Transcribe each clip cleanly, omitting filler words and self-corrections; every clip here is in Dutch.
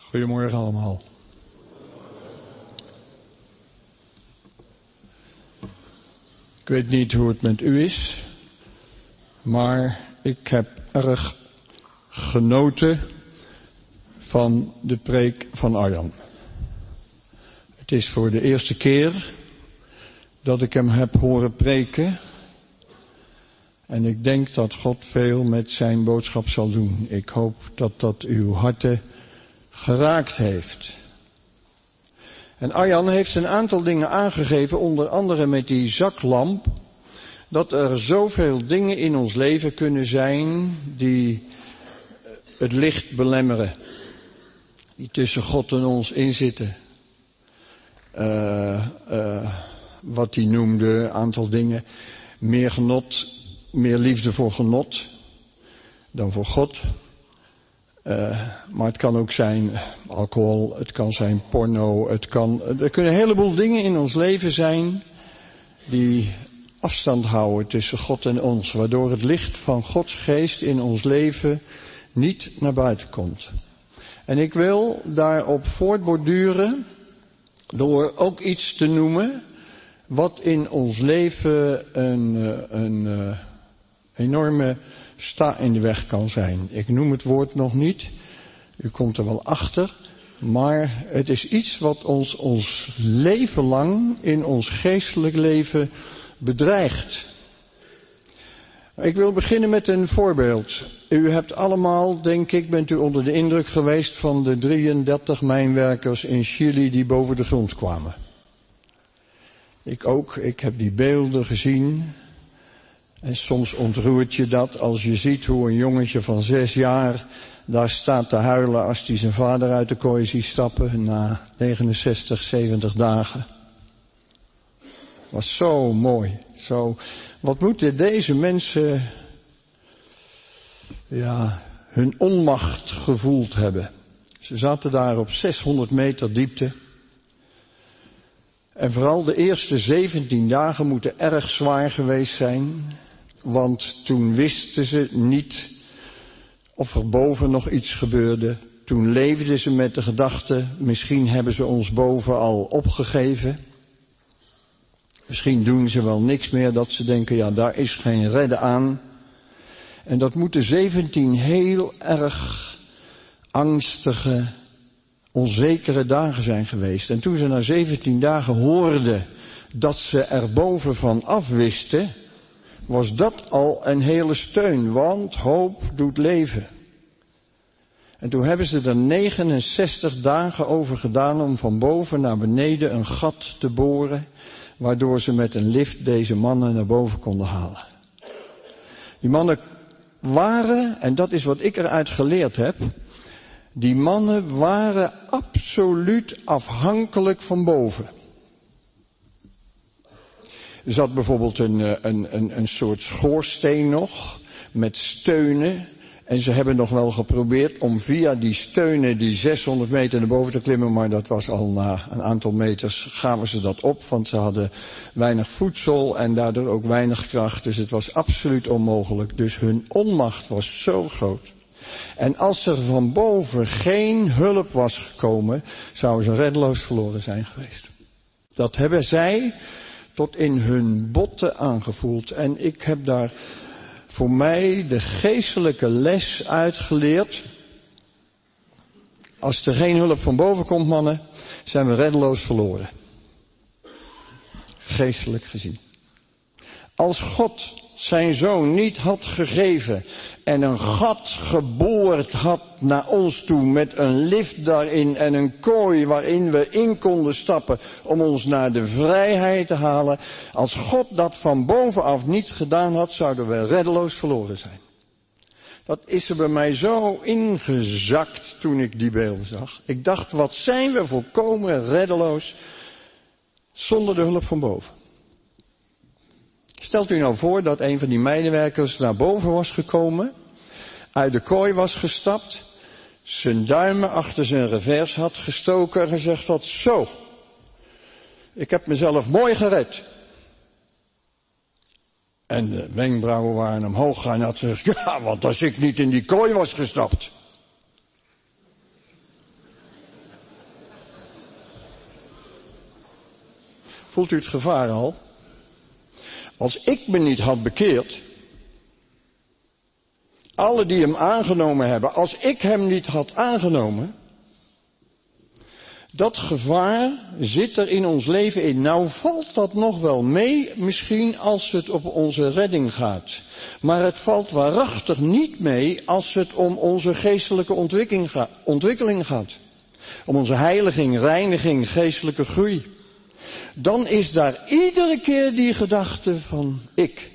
Goedemorgen allemaal. Ik weet niet hoe het met u is, maar ik heb erg genoten van de preek van Arjan. Het is voor de eerste keer dat ik hem heb horen preken. En ik denk dat God veel met zijn boodschap zal doen. Ik hoop dat dat uw harten geraakt heeft. En Arjan heeft een aantal dingen aangegeven, onder andere met die zaklamp, dat er zoveel dingen in ons leven kunnen zijn die het licht belemmeren. Die tussen God en ons inzitten. Wat hij noemde, een aantal dingen. Meer genot, meer liefde voor genot dan voor God. Maar het kan ook zijn alcohol, het kan zijn porno, er kunnen een heleboel dingen in ons leven zijn die afstand houden tussen God en ons, waardoor het licht van Gods geest in ons leven niet naar buiten komt. En ik wil daarop voortborduren door ook iets te noemen wat in ons leven een enorme sta in de weg kan zijn. Ik noem het woord nog niet. U komt er wel achter. Maar het is iets wat ons leven lang in ons geestelijk leven bedreigt. Ik wil beginnen met een voorbeeld. U hebt allemaal, denk ik, bent u onder de indruk geweest van de 33 mijnwerkers in Chili die boven de grond kwamen. Ik ook. Ik heb die beelden gezien. En soms ontroert je dat als je ziet hoe een jongetje van 6 jaar daar staat te huilen als hij zijn vader uit de kooi ziet stappen na 69, 70 dagen. Was zo mooi. Wat moeten deze mensen, hun onmacht gevoeld hebben. Ze zaten daar op 600 meter diepte. En vooral de eerste 17 dagen moeten erg zwaar geweest zijn. Want toen wisten ze niet of er boven nog iets gebeurde. Toen leefden ze met de gedachte, misschien hebben ze ons boven al opgegeven. Misschien doen ze wel niks meer, dat ze denken, daar is geen redden aan. En dat moeten 17 heel erg angstige, onzekere dagen zijn geweest. En toen ze na 17 dagen hoorden dat ze er boven van af wisten, was dat al een hele steun, want hoop doet leven. En toen hebben ze er 69 dagen over gedaan om van boven naar beneden een gat te boren, waardoor ze met een lift deze mannen naar boven konden halen. Die mannen waren, en dat is wat ik eruit geleerd heb, die mannen waren absoluut afhankelijk van boven. Er zat bijvoorbeeld een soort schoorsteen nog, met steunen. En ze hebben nog wel geprobeerd om via die steunen die 600 meter naar boven te klimmen. Maar dat was al na een aantal meters gaven ze dat op. Want ze hadden weinig voedsel en daardoor ook weinig kracht. Dus het was absoluut onmogelijk. Dus hun onmacht was zo groot. En als er van boven geen hulp was gekomen, zouden ze reddeloos verloren zijn geweest. Dat hebben zij tot in hun botten aangevoeld. En ik heb daar voor mij de geestelijke les uitgeleerd. Als er geen hulp van boven komt, mannen, zijn we reddeloos verloren. Geestelijk gezien. Als God zijn zoon niet had gegeven en een gat geboord had naar ons toe met een lift daarin en een kooi waarin we in konden stappen om ons naar de vrijheid te halen. Als God dat van bovenaf niet gedaan had, zouden we reddeloos verloren zijn. Dat is er bij mij zo ingezakt toen ik die beelden zag. Ik dacht, wat zijn we volkomen reddeloos zonder de hulp van boven. Stelt u nou voor dat een van die mijnwerkers naar boven was gekomen, uit de kooi was gestapt, zijn duimen achter zijn revers had gestoken en gezegd had, zo, ik heb mezelf mooi gered. En de wenkbrauwen waren omhoog gaan en had gezegd, ja, want als ik niet in die kooi was gestapt. Voelt u het gevaar al? Als ik me niet had bekeerd, alle die hem aangenomen hebben, als ik hem niet had aangenomen, dat gevaar zit er in ons leven in. Nou valt dat nog wel mee, misschien als het op onze redding gaat. Maar het valt waarachtig niet mee als het om onze geestelijke ontwikkeling gaat. Om onze heiliging, reiniging, geestelijke groei. Dan is daar iedere keer die gedachte van ik.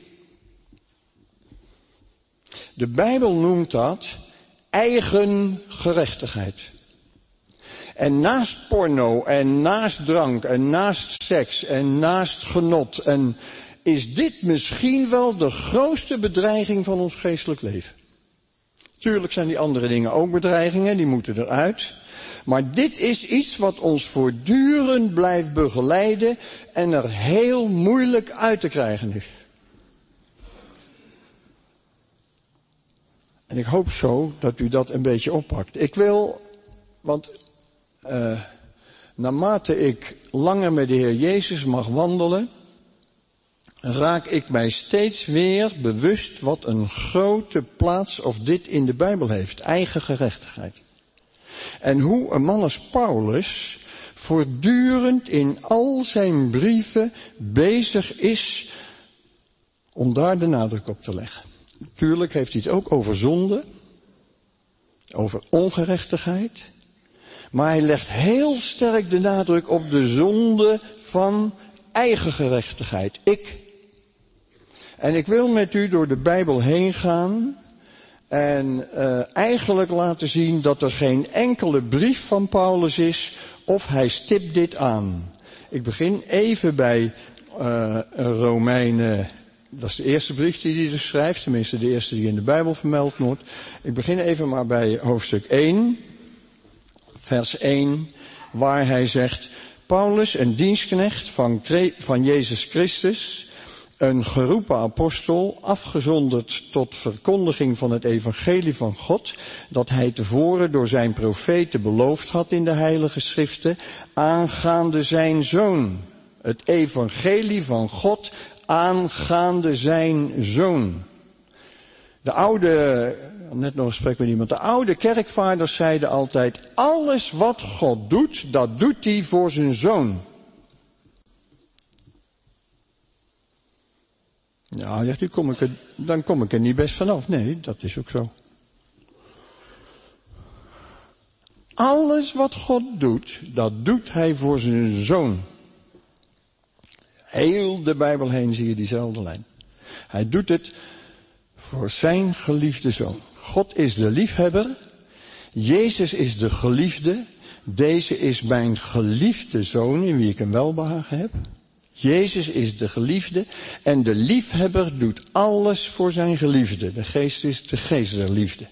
De Bijbel noemt dat eigen gerechtigheid. En naast porno en naast drank en naast seks en naast genot en is dit misschien wel de grootste bedreiging van ons geestelijk leven. Tuurlijk zijn die andere dingen ook bedreigingen, die moeten eruit. Maar dit is iets wat ons voortdurend blijft begeleiden en er heel moeilijk uit te krijgen is. En ik hoop zo dat u dat een beetje oppakt. Ik wil, want naarmate ik langer met de Heer Jezus mag wandelen, raak ik mij steeds weer bewust wat een grote plaats of dit in de Bijbel heeft. Eigen gerechtigheid. En hoe een man als Paulus voortdurend in al zijn brieven bezig is om daar de nadruk op te leggen. Natuurlijk heeft hij het ook over zonde, over ongerechtigheid. Maar hij legt heel sterk de nadruk op de zonde van eigen gerechtigheid. Ik. En ik wil met u door de Bijbel heen gaan en eigenlijk laten zien dat er geen enkele brief van Paulus is of hij stipt dit aan. Ik begin even bij Romeinen. Dat is de eerste brief die hij dus schrijft, tenminste de eerste die in de Bijbel vermeld wordt. Ik begin even maar bij hoofdstuk 1, vers 1, waar hij zegt: Paulus, een dienstknecht van Jezus Christus, een geroepen apostel, afgezonderd tot verkondiging van het evangelie van God, dat hij tevoren door zijn profeten beloofd had in de heilige schriften, aangaande zijn zoon. Het evangelie van God aangaande zijn zoon. De oude, net nog een gesprek met iemand, de oude kerkvaders zeiden altijd: alles wat God doet, dat doet hij voor zijn zoon. Ja, zegt u, dan kom ik er niet best vanaf. Nee, dat is ook zo. Alles wat God doet, dat doet hij voor zijn zoon. Heel de Bijbel heen zie je diezelfde lijn. Hij doet het voor zijn geliefde zoon. God is de liefhebber. Jezus is de geliefde. Deze is mijn geliefde zoon in wie ik een welbehagen heb. Jezus is de geliefde en de liefhebber doet alles voor zijn geliefde. De geest is de geest der liefde.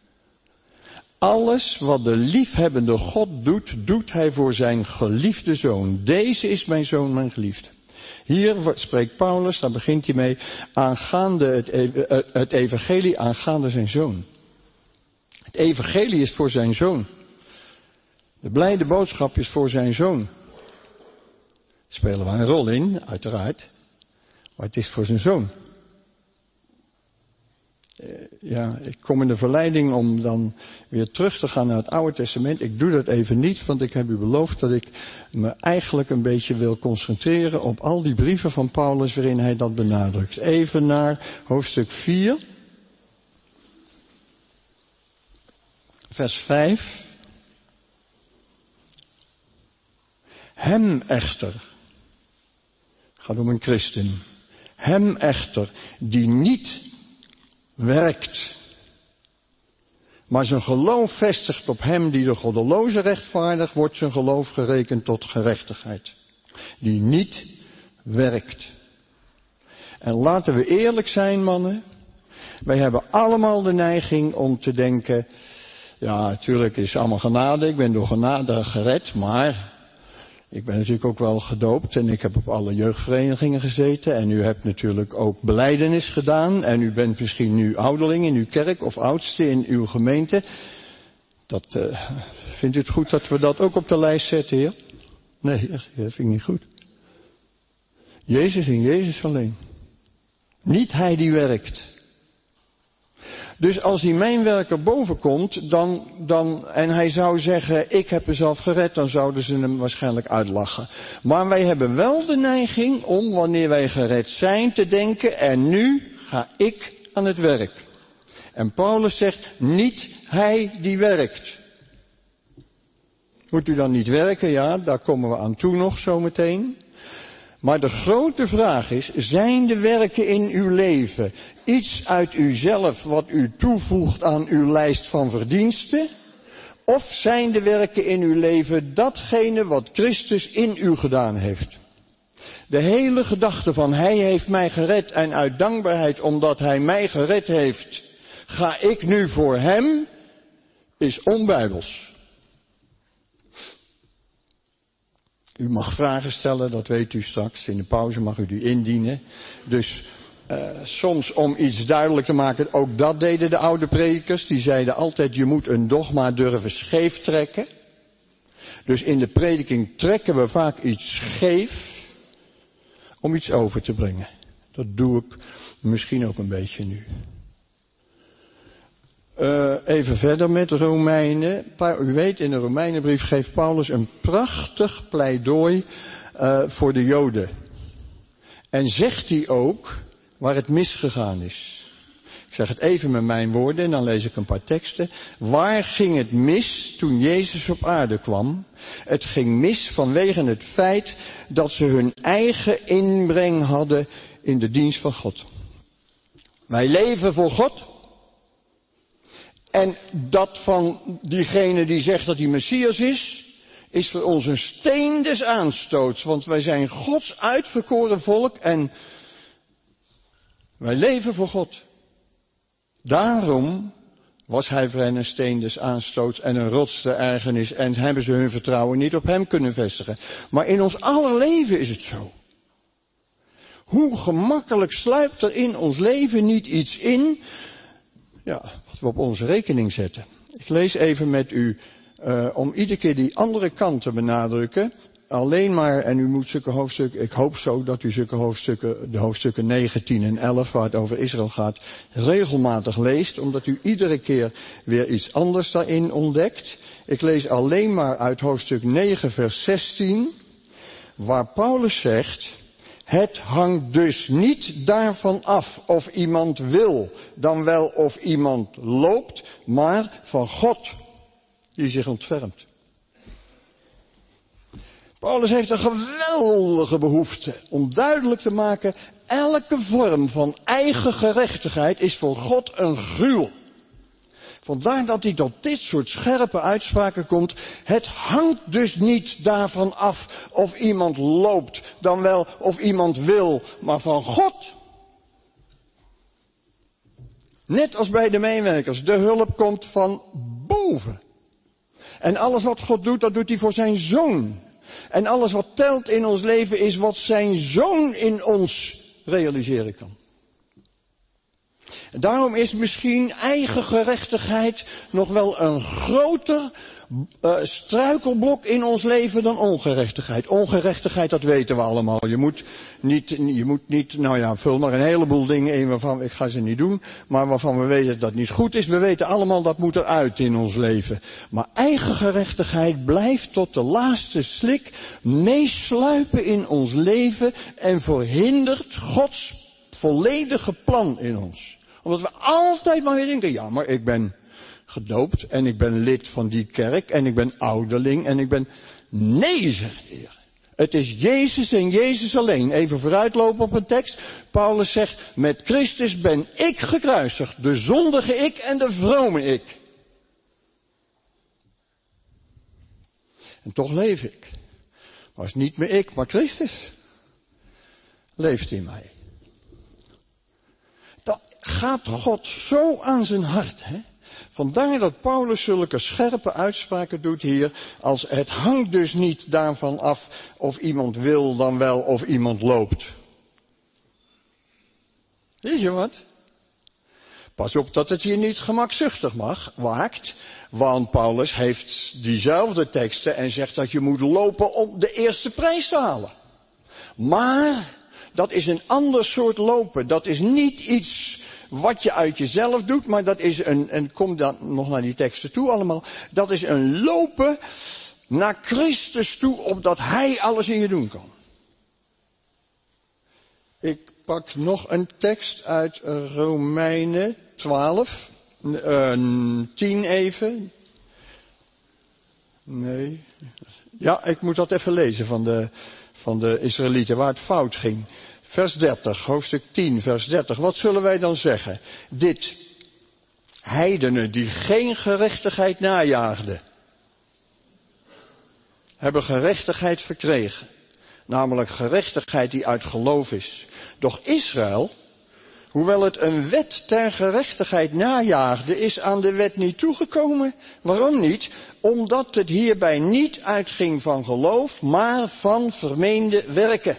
Alles wat de liefhebbende God doet, doet hij voor zijn geliefde zoon. Deze is mijn zoon, mijn geliefde. Hier spreekt Paulus, daar begint hij mee, aangaande het evangelie, aangaande zijn zoon. Het evangelie is voor zijn zoon. De blijde boodschap is voor zijn zoon. Spelen we een rol in, uiteraard. Maar het is voor zijn zoon. Ja, ik kom in de verleiding om dan weer terug te gaan naar het Oude Testament. Ik doe dat even niet, want ik heb u beloofd dat ik me eigenlijk een beetje wil concentreren op al die brieven van Paulus waarin hij dat benadrukt. Even naar hoofdstuk 4, vers 5. Hem echter, gaat om een christen, hem echter die niet werkt, maar zijn geloof vestigt op hem die de goddeloze rechtvaardigt, wordt zijn geloof gerekend tot gerechtigheid. Die niet werkt. En laten we eerlijk zijn, mannen. Wij hebben allemaal de neiging om te denken, ja, natuurlijk is het allemaal genade, ik ben door genade gered, maar ik ben natuurlijk ook wel gedoopt en ik heb op alle jeugdverenigingen gezeten en u hebt natuurlijk ook belijdenis gedaan en u bent misschien nu ouderling in uw kerk of oudste in uw gemeente. Vindt u het goed dat we dat ook op de lijst zetten, heer? Nee, dat vind ik niet goed. Jezus en Jezus alleen. Niet hij die werkt. Dus als die mijnwerker boven komt, en hij zou zeggen, ik heb mezelf gered, dan zouden ze hem waarschijnlijk uitlachen. Maar wij hebben wel de neiging om, wanneer wij gered zijn, te denken, en nu ga ik aan het werk. En Paulus zegt, niet hij die werkt. Moet u dan niet werken? Ja, daar komen we aan toe nog zometeen. Maar de grote vraag is, zijn de werken in uw leven iets uit uzelf wat u toevoegt aan uw lijst van verdiensten? Of zijn de werken in uw leven datgene wat Christus in u gedaan heeft? De hele gedachte van hij heeft mij gered en uit dankbaarheid omdat hij mij gered heeft, ga ik nu voor hem, is onbijbels. U mag vragen stellen, dat weet u straks. In de pauze mag u die indienen. Dus soms om iets duidelijk te maken, ook dat deden de oude predikers. Die zeiden altijd, je moet een dogma durven scheef trekken. Dus in de prediking trekken we vaak iets scheef om iets over te brengen. Dat doe ik misschien ook een beetje nu. Even verder met Romeinen. U weet, in de Romeinenbrief geeft Paulus een prachtig pleidooi voor de Joden. En zegt hij ook waar het misgegaan is. Ik zeg het even met mijn woorden en dan lees ik een paar teksten. Waar ging het mis toen Jezus op aarde kwam? Het ging mis vanwege het feit dat ze hun eigen inbreng hadden in de dienst van God. Wij leven voor God. En dat van diegene die zegt dat hij Messias is voor ons een steen des aanstoots. Want wij zijn Gods uitverkoren volk en wij leven voor God. Daarom was hij voor hen een steen des aanstoots en een rots der ergernis en hebben ze hun vertrouwen niet op hem kunnen vestigen. Maar in ons aller leven is het zo. Hoe gemakkelijk sluipt er in ons leven niet iets in, ja, wat we op onze rekening zetten. Ik lees even met u, om iedere keer die andere kant te benadrukken. Alleen maar, en u moet zulke hoofdstukken, ik hoop zo dat u zulke hoofdstukken, de hoofdstukken 9, 10 en 11, waar het over Israël gaat, regelmatig leest, omdat u iedere keer weer iets anders daarin ontdekt. Ik lees alleen maar uit hoofdstuk 9, vers 16, waar Paulus zegt, het hangt dus niet daarvan af of iemand wil, dan wel of iemand loopt, maar van God die zich ontfermt. Paulus heeft een geweldige behoefte om duidelijk te maken, elke vorm van eigen gerechtigheid is voor God een gruwel. Vandaar dat hij tot dit soort scherpe uitspraken komt. Het hangt dus niet daarvan af of iemand loopt, dan wel of iemand wil, maar van God. Net als bij de mijnwerkers, de hulp komt van boven. En alles wat God doet, dat doet hij voor zijn zoon. En alles wat telt in ons leven is wat zijn zoon in ons realiseren kan. En daarom is misschien eigen gerechtigheid nog wel een groter struikelblok in ons leven dan ongerechtigheid. Ongerechtigheid, dat weten we allemaal. Je moet niet, nou ja, vul maar een heleboel dingen in waarvan, ik ga ze niet doen, maar waarvan we weten dat dat niet goed is. We weten allemaal dat moet eruit in ons leven. Maar eigen gerechtigheid blijft tot de laatste slik meesluipen in ons leven en verhindert Gods volledige plan in ons. Omdat we altijd maar weer denken, ja, maar ik ben gedoopt en ik ben lid van die kerk en ik ben ouderling en ik ben... Nee, zegt de Heer. Het is Jezus en Jezus alleen. Even vooruitlopen op een tekst. Paulus zegt, met Christus ben ik gekruisigd. De zondige ik en de vrome ik. En toch leef ik. Maar het is niet meer ik, maar Christus leeft in mij. Dat gaat God zo aan zijn hart, hè? Vandaar dat Paulus zulke scherpe uitspraken doet hier, als het hangt dus niet daarvan af of iemand wil dan wel of iemand loopt. Weet je wat? Pas op dat het hier niet gemakzuchtig waakt, want Paulus heeft diezelfde teksten en zegt dat je moet lopen om de eerste prijs te halen. Maar Dat is een ander soort lopen. Dat is niet iets wat je uit jezelf doet, maar dat is en kom dan nog naar die teksten toe allemaal. Dat is een lopen naar Christus toe, opdat Hij alles in je doen kan. Ik pak nog een tekst uit Romeinen 12, 10 even. Nee. Ja, ik moet dat even lezen van de Israëlieten, waar het fout ging. Vers 30, hoofdstuk 10, vers 30. Wat zullen wij dan zeggen? Dit. Heidenen die geen gerechtigheid najaagden, hebben gerechtigheid verkregen. Namelijk gerechtigheid die uit geloof is. Doch Israël, hoewel het een wet ter gerechtigheid najaagde, is aan de wet niet toegekomen. Waarom niet? Omdat het hierbij niet uitging van geloof, maar van vermeende werken.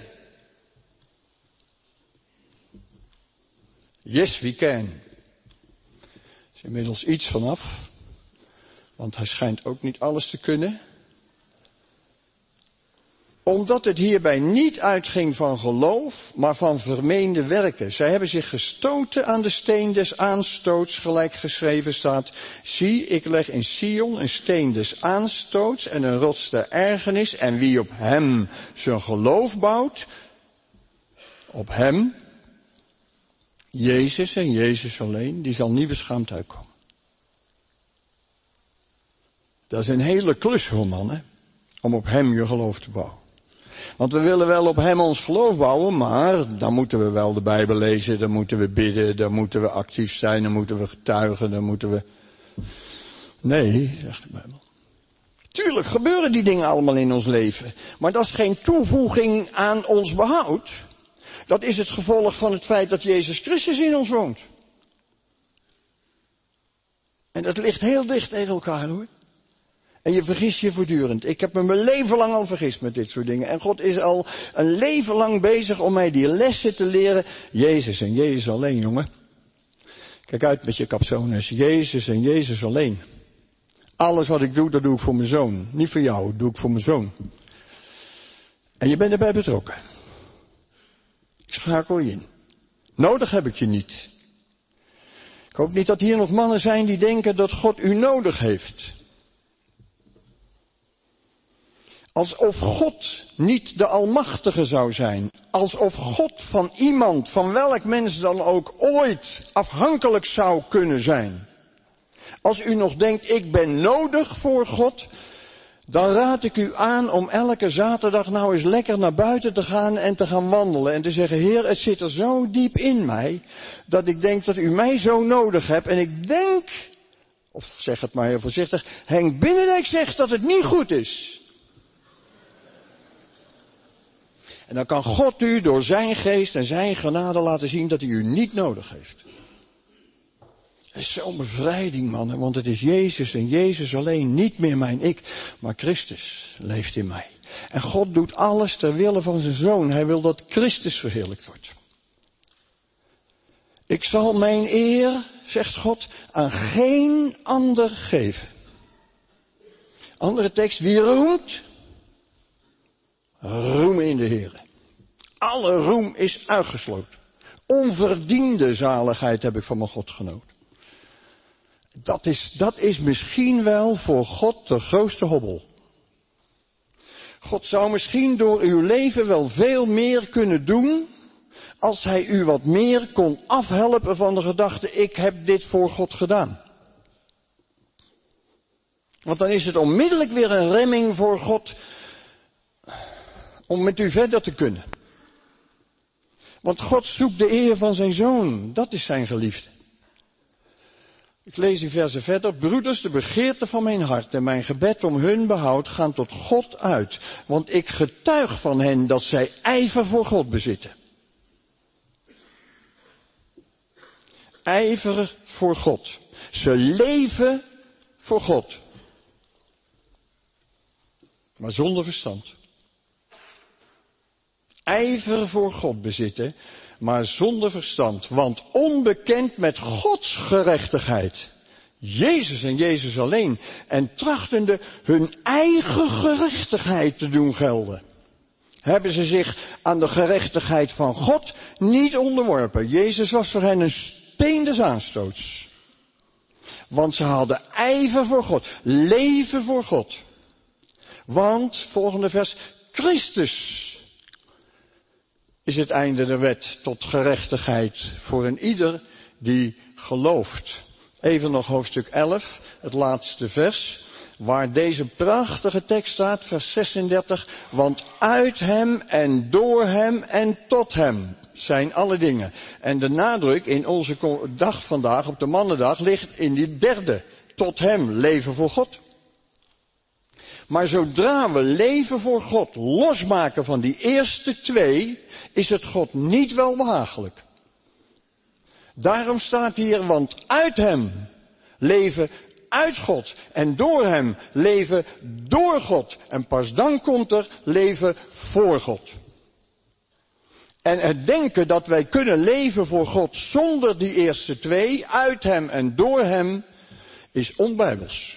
Yes, we can. Er is inmiddels iets vanaf, want hij schijnt ook niet alles te kunnen. Omdat het hierbij niet uitging van geloof, maar van vermeende werken. Zij hebben zich gestoten aan de steen des aanstoots, gelijk geschreven staat. Zie, ik leg in Sion een steen des aanstoots en een rots der ergernis. En wie op hem zijn geloof bouwt, op hem, Jezus en Jezus alleen, die zal niet beschaamd uitkomen. Dat is een hele klus voor mannen, om op hem je geloof te bouwen. Want we willen wel op hem ons geloof bouwen, maar dan moeten we wel de Bijbel lezen, dan moeten we bidden, dan moeten we actief zijn, dan moeten we getuigen, dan moeten we... Nee, zegt de Bijbel. Tuurlijk gebeuren die dingen allemaal in ons leven, maar dat is geen toevoeging aan ons behoud. Dat is het gevolg van het feit dat Jezus Christus in ons woont. En dat ligt heel dicht tegen elkaar, hoor. En je vergist je voortdurend. Ik heb me mijn leven lang al vergist met dit soort dingen. En God is al een leven lang bezig om mij die lessen te leren. Jezus en Jezus alleen, jongen. Kijk uit met je capsones. Jezus en Jezus alleen. Alles wat ik doe, dat doe ik voor mijn zoon. Niet voor jou, dat doe ik voor mijn zoon. En je bent erbij betrokken. Ik schakel je in. Nodig heb ik je niet. Ik hoop niet dat hier nog mannen zijn die denken dat God u nodig heeft. Alsof God niet de Almachtige zou zijn. Alsof God van iemand, van welk mens dan ook, ooit afhankelijk zou kunnen zijn. Als u nog denkt, ik ben nodig voor God, dan raad ik u aan om elke zaterdag nou eens lekker naar buiten te gaan en te gaan wandelen. En te zeggen, Heer, het zit er zo diep in mij, dat ik denk dat u mij zo nodig hebt. En ik denk, of zeg het maar heel voorzichtig, Henk Binnendijk zegt dat het niet goed is. En dan kan God u door zijn geest en zijn genade laten zien dat hij u niet nodig heeft. Het is zo'n bevrijding, mannen, want het is Jezus en Jezus alleen, niet meer mijn ik, maar Christus leeft in mij. En God doet alles ter wille van zijn Zoon. Hij wil dat Christus verheerlijkt wordt. Ik zal mijn eer, zegt God, aan geen ander geven. Andere tekst, wie roemt? Roem in de Heer. Alle roem is uitgesloten. Onverdiende zaligheid heb ik van mijn God genoten. Dat is misschien wel voor God de grootste hobbel. God zou misschien door uw leven wel veel meer kunnen doen, als hij u wat meer kon afhelpen van de gedachte, ik heb dit voor God gedaan. Want dan is het onmiddellijk weer een remming voor God om met u verder te kunnen. Want God zoekt de eer van zijn Zoon. Dat is zijn geliefde. Ik lees die versen verder. Broeders, de begeerte van mijn hart en mijn gebed om hun behoud gaan tot God uit. Want ik getuig van hen dat zij ijver voor God bezitten. Ijver voor God. Ze leven voor God. Maar zonder verstand. Ijver voor God bezitten, maar zonder verstand. Want onbekend met Gods gerechtigheid. Jezus en Jezus alleen. En trachtende hun eigen gerechtigheid te doen gelden. Hebben ze zich aan de gerechtigheid van God niet onderworpen. Jezus was voor hen een steen des aanstoots. Want ze hadden ijver voor God, leven voor God. Want, volgende vers, Christus is het einde der wet tot gerechtigheid voor een ieder die gelooft. Even nog hoofdstuk 11, het laatste vers, waar deze prachtige tekst staat, vers 36. Want uit hem en door hem en tot hem zijn alle dingen. En de nadruk in onze dag vandaag, op de mannendag, ligt in die derde. Tot hem, leven voor God. Maar zodra we leven voor God losmaken van die eerste twee, is het God niet welbehagelijk. Daarom staat hier, want uit hem leven uit God. En door hem leven door God. En pas dan komt er leven voor God. En het denken dat wij kunnen leven voor God zonder die eerste twee, uit hem en door hem, is onbijbels.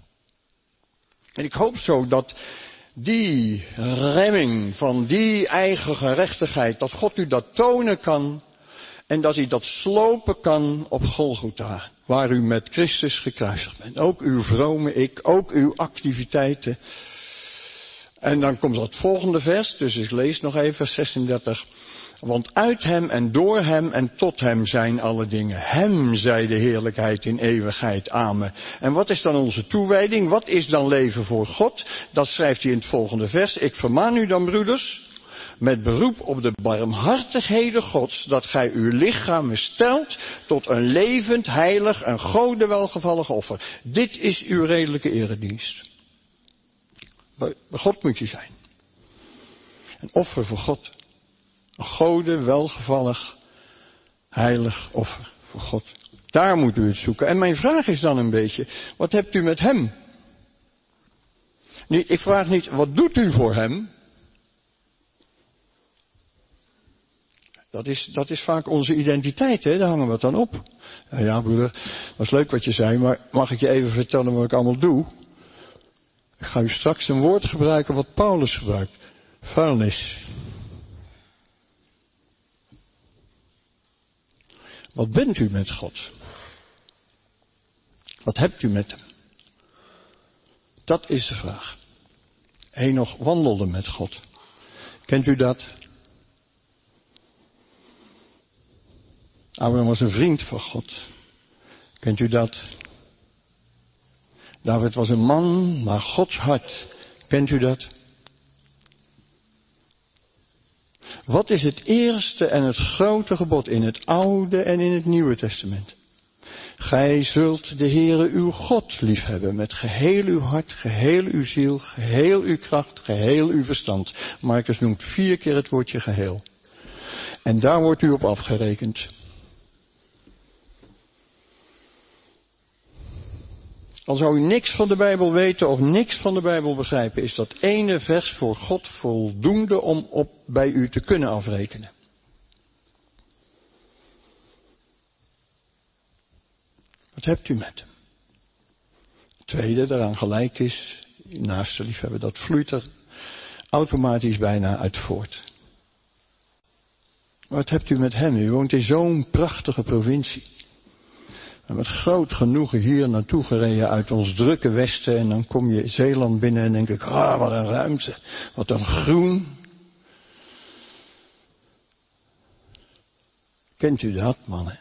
En ik hoop zo dat die remming van die eigen gerechtigheid, dat God u dat tonen kan en dat hij dat slopen kan op Golgotha, waar u met Christus gekruisigd bent. Ook uw vrome ik, ook uw activiteiten. En dan komt dat volgende vers, dus ik lees nog even vers 36. Want uit hem en door hem en tot hem zijn alle dingen. Hem zij de heerlijkheid in eeuwigheid. Amen. En wat is dan onze toewijding? Wat is dan leven voor God? Dat schrijft hij in het volgende vers. Ik vermaan u dan, broeders, met beroep op de barmhartigheden Gods, dat gij uw lichamen stelt tot een levend, heilig en Gode welgevallig offer. Dit is uw redelijke eredienst. Bij God moet je zijn. Een offer voor God. Een Gode welgevallig, heilig offer voor God. Daar moet u het zoeken. En mijn vraag is dan een beetje, wat hebt u met hem? Ik vraag niet, wat doet u voor hem? Dat is vaak onze identiteit, hè? Daar hangen we het dan op. Ja, broeder, was leuk wat je zei, maar mag ik je even vertellen wat ik allemaal doe? Ik ga u straks een woord gebruiken wat Paulus gebruikt. Vuilnis. Wat bent u met God? Wat hebt u met hem? Dat is de vraag. Henoch wandelde met God. Kent u dat? Abraham was een vriend van God. Kent u dat? David was een man naar Gods hart. Kent u dat? Wat is het eerste en het grote gebod in het Oude en in het Nieuwe Testament? Gij zult de Heere uw God liefhebben met geheel uw hart, geheel uw ziel, geheel uw kracht, geheel uw verstand. Marcus noemt 4 keer het woordje geheel. En daar wordt u op afgerekend. Al zou u niks van de Bijbel weten of niks van de Bijbel begrijpen, is dat ene vers voor God voldoende om bij u te kunnen afrekenen. Wat hebt u met hem? Het tweede, daaraan gelijk is, naaste liefhebben, dat vloeit er automatisch bijna uit voort. Wat hebt u met hem? U woont in zo'n prachtige provincie. En met groot genoegen hier naartoe gereden uit ons drukke westen. En dan kom je Zeeland binnen en denk ik, wat een ruimte. Wat een groen. Kent u dat, mannen?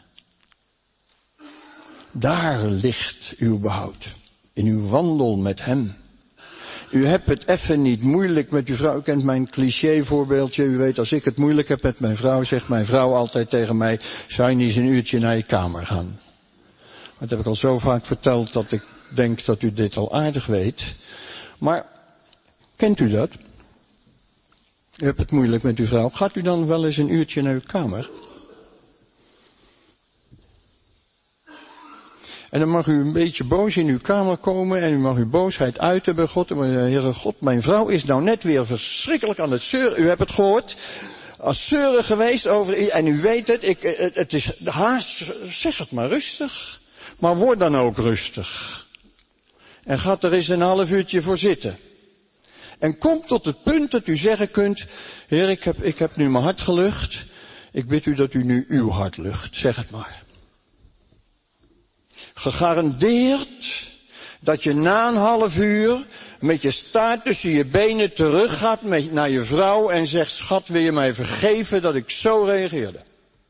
Daar ligt uw behoud. In uw wandel met hem. U hebt het even niet moeilijk met uw vrouw. U kent mijn cliché voorbeeldje. U weet, als ik het moeilijk heb met mijn vrouw, zegt mijn vrouw altijd tegen mij, zou je niet eens een uurtje naar je kamer gaan? Dat heb ik al zo vaak verteld dat ik denk dat u dit al aardig weet. Maar, kent u dat? U hebt het moeilijk met uw vrouw. Gaat u dan wel eens een uurtje naar uw kamer? En dan mag u een beetje boos in uw kamer komen en u mag uw boosheid uiten bij God. En Heere God, mijn vrouw is nou net weer verschrikkelijk aan het zeuren. U hebt het gehoord. Als zeuren geweest over, en u weet het, het is haast, zeg het maar rustig. Maar word dan ook rustig. En ga er eens een half uurtje voor zitten. En kom tot het punt dat u zeggen kunt, Heer, ik heb nu mijn hart gelucht. Ik bid u dat u nu uw hart lucht. Zeg het maar. Gegarandeerd dat je na een half uur met je staart tussen je benen terug gaat naar je vrouw en zegt, schat, wil je mij vergeven dat ik zo reageerde?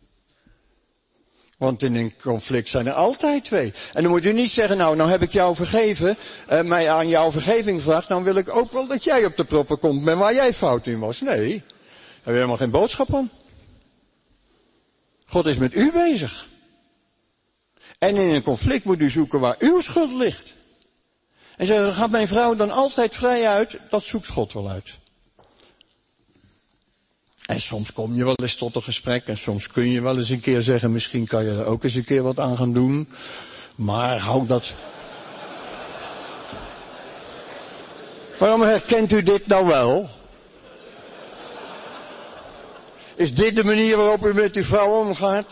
Want in een conflict zijn er altijd twee. En dan moet u niet zeggen, nou heb ik jou vergeven, mij aan jouw vergeving vraagt, dan wil ik ook wel dat jij op de proppen komt met waar jij fout in was. Nee, daar heb je helemaal geen boodschap aan. God is met u bezig. En in een conflict moet u zoeken waar uw schuld ligt. En zeggen, gaat mijn vrouw dan altijd vrij uit? Dat zoekt God wel uit. En soms kom je wel eens tot een gesprek en soms kun je wel eens een keer zeggen, misschien kan je er ook eens een keer wat aan gaan doen. Maar hou dat. Waarom herkent u dit nou wel? Is dit de manier waarop u met uw vrouw omgaat?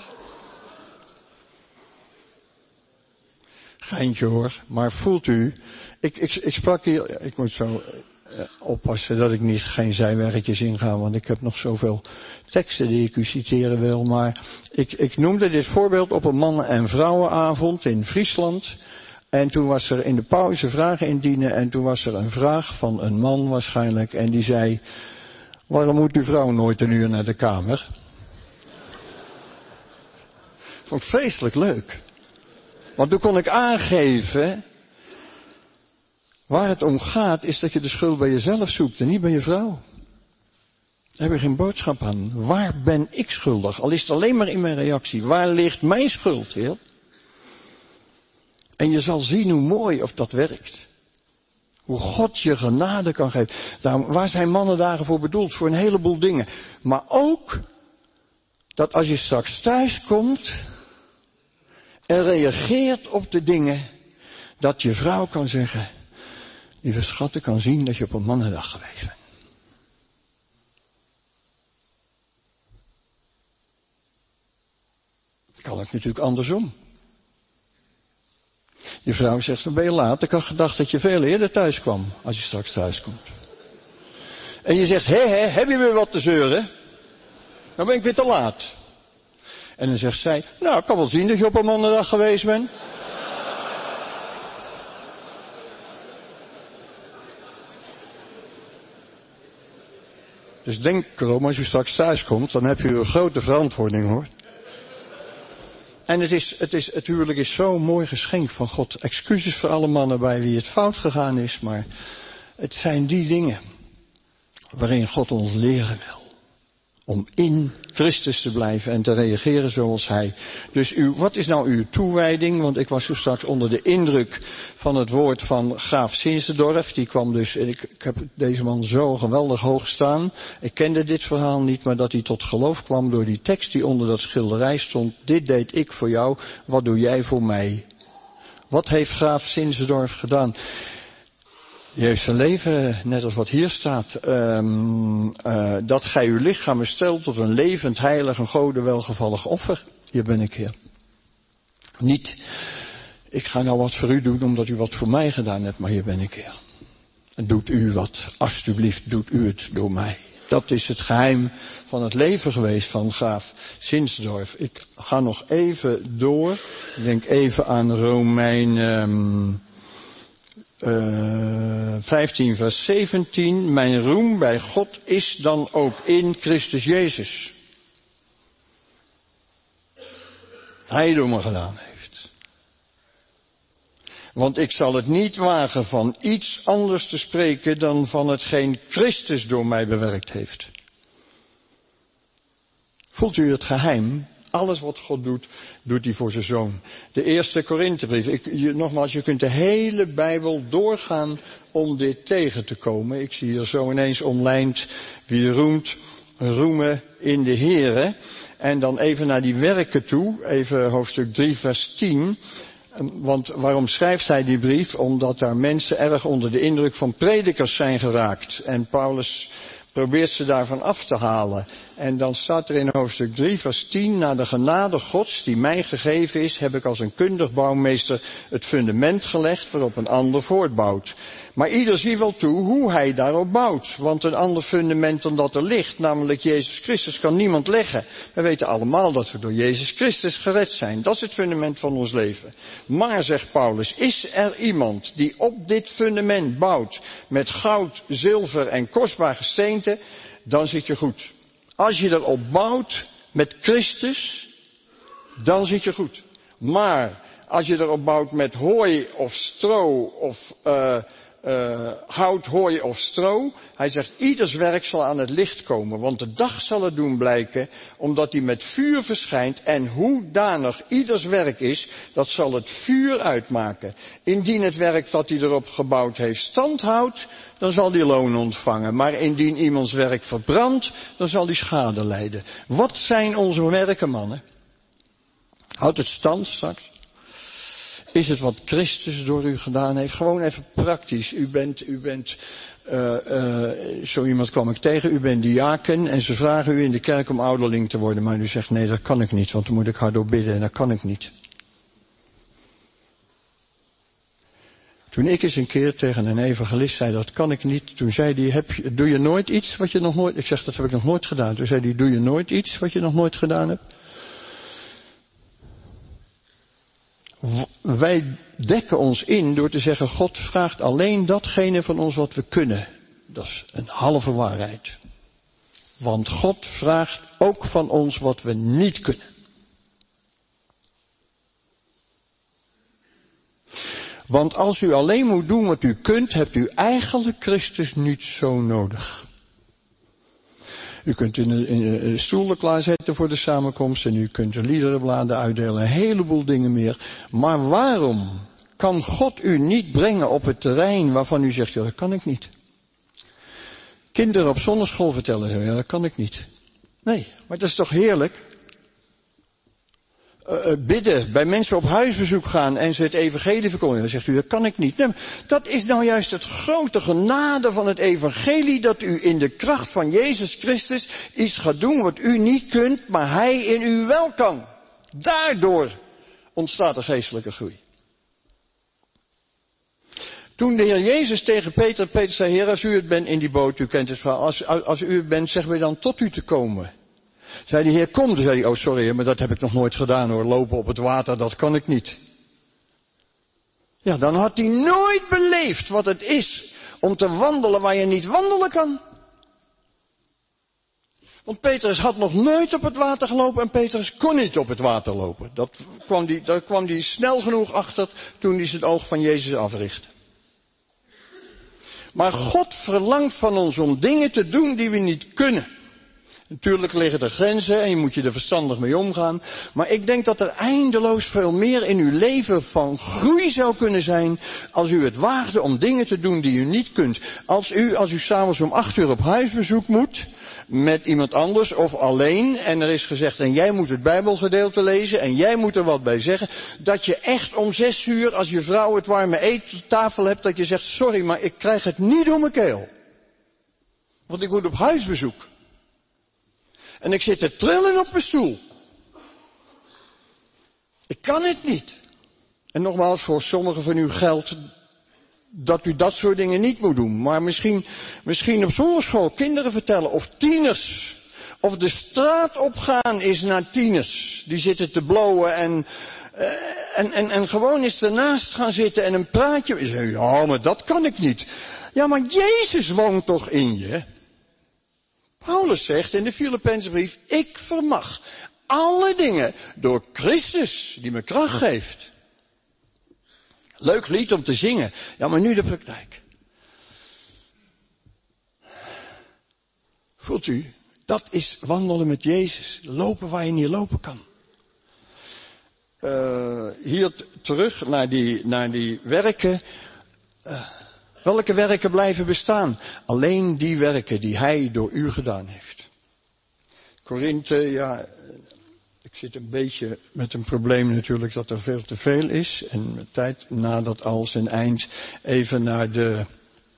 Geintje hoor, maar voelt u, ik sprak hier, ik moet zo oppassen dat ik niet geen zijweggetjes inga, want ik heb nog zoveel teksten die ik u citeren wil, maar ik noemde dit voorbeeld op een mannen- en vrouwenavond in Friesland. En toen was er in de pauze vragen indienen en toen was er een vraag van een man waarschijnlijk en die zei, waarom moet uw vrouw nooit een uur naar de kamer? Vond ik vreselijk leuk. Want toen kon ik aangeven, waar het om gaat is dat je de schuld bij jezelf zoekt en niet bij je vrouw. Daar heb je geen boodschap aan. Waar ben ik schuldig? Al is het alleen maar in mijn reactie. Waar ligt mijn schuld, Heer? En je zal zien hoe mooi of dat werkt. Hoe God je genade kan geven. Daarom, waar zijn mannendagen voor bedoeld? Voor een heleboel dingen. Maar ook dat als je straks thuis komt en reageert op de dingen, dat je vrouw kan zeggen, lieve schat, ik kan zien dat je op een mannendag geweest bent. Kan het natuurlijk andersom. Je vrouw zegt, dan ben je laat. Ik had gedacht dat je veel eerder thuis kwam, als je straks thuis komt. En je zegt, heb je weer wat te zeuren? Dan ben ik weer te laat. En dan zegt zij, nou, ik kan wel zien dat je op een mannendag geweest bent. Dus denk erom, als u straks thuis komt, dan heb u een grote verantwoording, hoor. En het huwelijk is zo'n mooi geschenk van God. Excuses voor alle mannen bij wie het fout gegaan is, maar het zijn die dingen waarin God ons leren wil. Om in Christus te blijven en te reageren zoals Hij. Dus wat is nou uw toewijding? Want ik was zo straks onder de indruk van het woord van graaf Zinzendorf. Die kwam dus, en ik heb deze man zo geweldig hoog staan. Ik kende dit verhaal niet, maar dat hij tot geloof kwam door die tekst die onder dat schilderij stond. Dit deed ik voor jou, wat doe jij voor mij? Wat heeft graaf Zinzendorf gedaan? Die heeft zijn leven, net als wat hier staat, dat gij uw lichaam stelt tot een levend, heilig en Gode welgevallig offer. Hier ben ik, Heer. Niet, ik ga nou wat voor u doen omdat u wat voor mij gedaan hebt, maar hier ben ik, Heer. En doet u wat, alsjeblieft, doet u het door mij. Dat is het geheim van het leven geweest van graaf Zinzendorf. Ik ga nog even door. Ik denk even aan Romein 15 vers 17. Mijn roem bij God is dan ook in Christus Jezus. Hij door me gedaan heeft. Want ik zal het niet wagen van iets anders te spreken dan van hetgeen Christus door mij bewerkt heeft. Voelt u het geheim? Alles wat God doet, doet hij voor zijn zoon. De eerste Korinthebrief. Nogmaals, je kunt de hele Bijbel doorgaan om dit tegen te komen. Ik zie hier zo ineens omlijnd, wie roemt, roemen in de Here. En dan even naar die werken toe, even hoofdstuk 3 vers 10. Want waarom schrijft hij die brief? Omdat daar mensen erg onder de indruk van predikers zijn geraakt. En Paulus probeert ze daarvan af te halen. En dan staat er in hoofdstuk 3 vers 10, naar de genade Gods die mij gegeven is, heb ik als een kundig bouwmeester het fundament gelegd waarop een ander voortbouwt. Maar ieder ziet wel toe hoe hij daarop bouwt. Want een ander fundament dan dat er ligt, namelijk Jezus Christus, kan niemand leggen. We weten allemaal dat we door Jezus Christus gered zijn. Dat is het fundament van ons leven. Maar, zegt Paulus, is er iemand die op dit fundament bouwt met goud, zilver en kostbaar gesteente, dan zit je goed. Als je erop bouwt met Christus, dan zit je goed. Maar als je erop bouwt met hooi of stro of hout, hooi of stro, hij zegt, ieders werk zal aan het licht komen, want de dag zal het doen blijken, omdat hij met vuur verschijnt en hoedanig ieders werk is, dat zal het vuur uitmaken. Indien het werk dat hij erop gebouwd heeft stand houdt, dan zal hij loon ontvangen. Maar indien iemands werk verbrandt, dan zal hij schade lijden. Wat zijn onze werken, mannen? Houdt het stand straks? Is het wat Christus door u gedaan heeft? Gewoon even praktisch. U bent zo iemand kwam ik tegen, u bent diaken en ze vragen u in de kerk om ouderling te worden. Maar u zegt, nee, dat kan ik niet, want dan moet ik hardop bidden en dat kan ik niet. Toen ik eens een keer tegen een evangelist zei, dat kan ik niet. Toen zei hij, doe je nooit iets wat je nog nooit... Ik zeg, dat heb ik nog nooit gedaan. Toen zei hij, doe je nooit iets wat je nog nooit gedaan hebt? Wij dekken ons in door te zeggen, God vraagt alleen datgene van ons wat we kunnen. Dat is een halve waarheid. Want God vraagt ook van ons wat we niet kunnen. Want als u alleen moet doen wat u kunt, hebt u eigenlijk Christus niet zo nodig. U kunt in stoelen klaarzetten voor de samenkomst en u kunt de liederenbladen uitdelen, een heleboel dingen meer. Maar waarom kan God u niet brengen op het terrein waarvan u zegt, ja, dat kan ik niet. Kinderen op zonneschool vertellen, ja, dat kan ik niet. Nee, maar dat is toch heerlijk? Bidden, bij mensen op huisbezoek gaan en ze het evangelie verkondigen. Dan zegt u, dat kan ik niet. Nee, dat is nou juist het grote genade van het evangelie, dat u in de kracht van Jezus Christus iets gaat doen wat u niet kunt, maar Hij in u wel kan. Daardoor ontstaat er geestelijke groei. Toen de Heer Jezus tegen Peter zei, Heer, als u het bent in die boot, u kent het verhaal, als u het bent, zeggen we dan tot u te komen. Zei de Heer, kom. Toen zei hij, oh sorry Heer, maar dat heb ik nog nooit gedaan hoor. Lopen op het water, dat kan ik niet. Ja, dan had hij nooit beleefd wat het is om te wandelen waar je niet wandelen kan. Want Petrus had nog nooit op het water gelopen en Petrus kon niet op het water lopen. Daar kwam hij snel genoeg achter toen hij zijn oog van Jezus africhtte. Maar God verlangt van ons om dingen te doen die we niet kunnen. Natuurlijk liggen er grenzen en je moet je er verstandig mee omgaan. Maar ik denk dat er eindeloos veel meer in uw leven van groei zou kunnen zijn als u het waagde om dingen te doen die u niet kunt. Als u 's avonds om 8 uur op huisbezoek moet met iemand anders of alleen en er is gezegd en jij moet het Bijbelgedeelte lezen en jij moet er wat bij zeggen, dat je echt om 6 uur als je vrouw het warme eettafel hebt, dat je zegt, sorry, maar ik krijg het niet door mijn keel. Want ik moet op huisbezoek. En ik zit te trillen op mijn stoel. Ik kan het niet. En nogmaals, voor sommigen van u geldt dat u dat soort dingen niet moet doen. Maar misschien op zonneschool kinderen vertellen of tieners. Of de straat opgaan is naar tieners. Die zitten te blowen en gewoon eens ernaast gaan zitten en een praatje. Ja, maar dat kan ik niet. Ja, maar Jezus woont toch in je? Paulus zegt in de Filippenzenbrief, ik vermag alle dingen door Christus die me kracht geeft. Leuk lied om te zingen. Ja, maar nu de praktijk. Voelt u? Dat is wandelen met Jezus. Lopen waar je niet lopen kan. Hier terug naar die werken. Welke werken blijven bestaan? Alleen die werken die Hij door u gedaan heeft. Korinthe, ja, ik zit een beetje met een probleem natuurlijk dat er veel te veel is. En tijd nadert al zijn eind. Even naar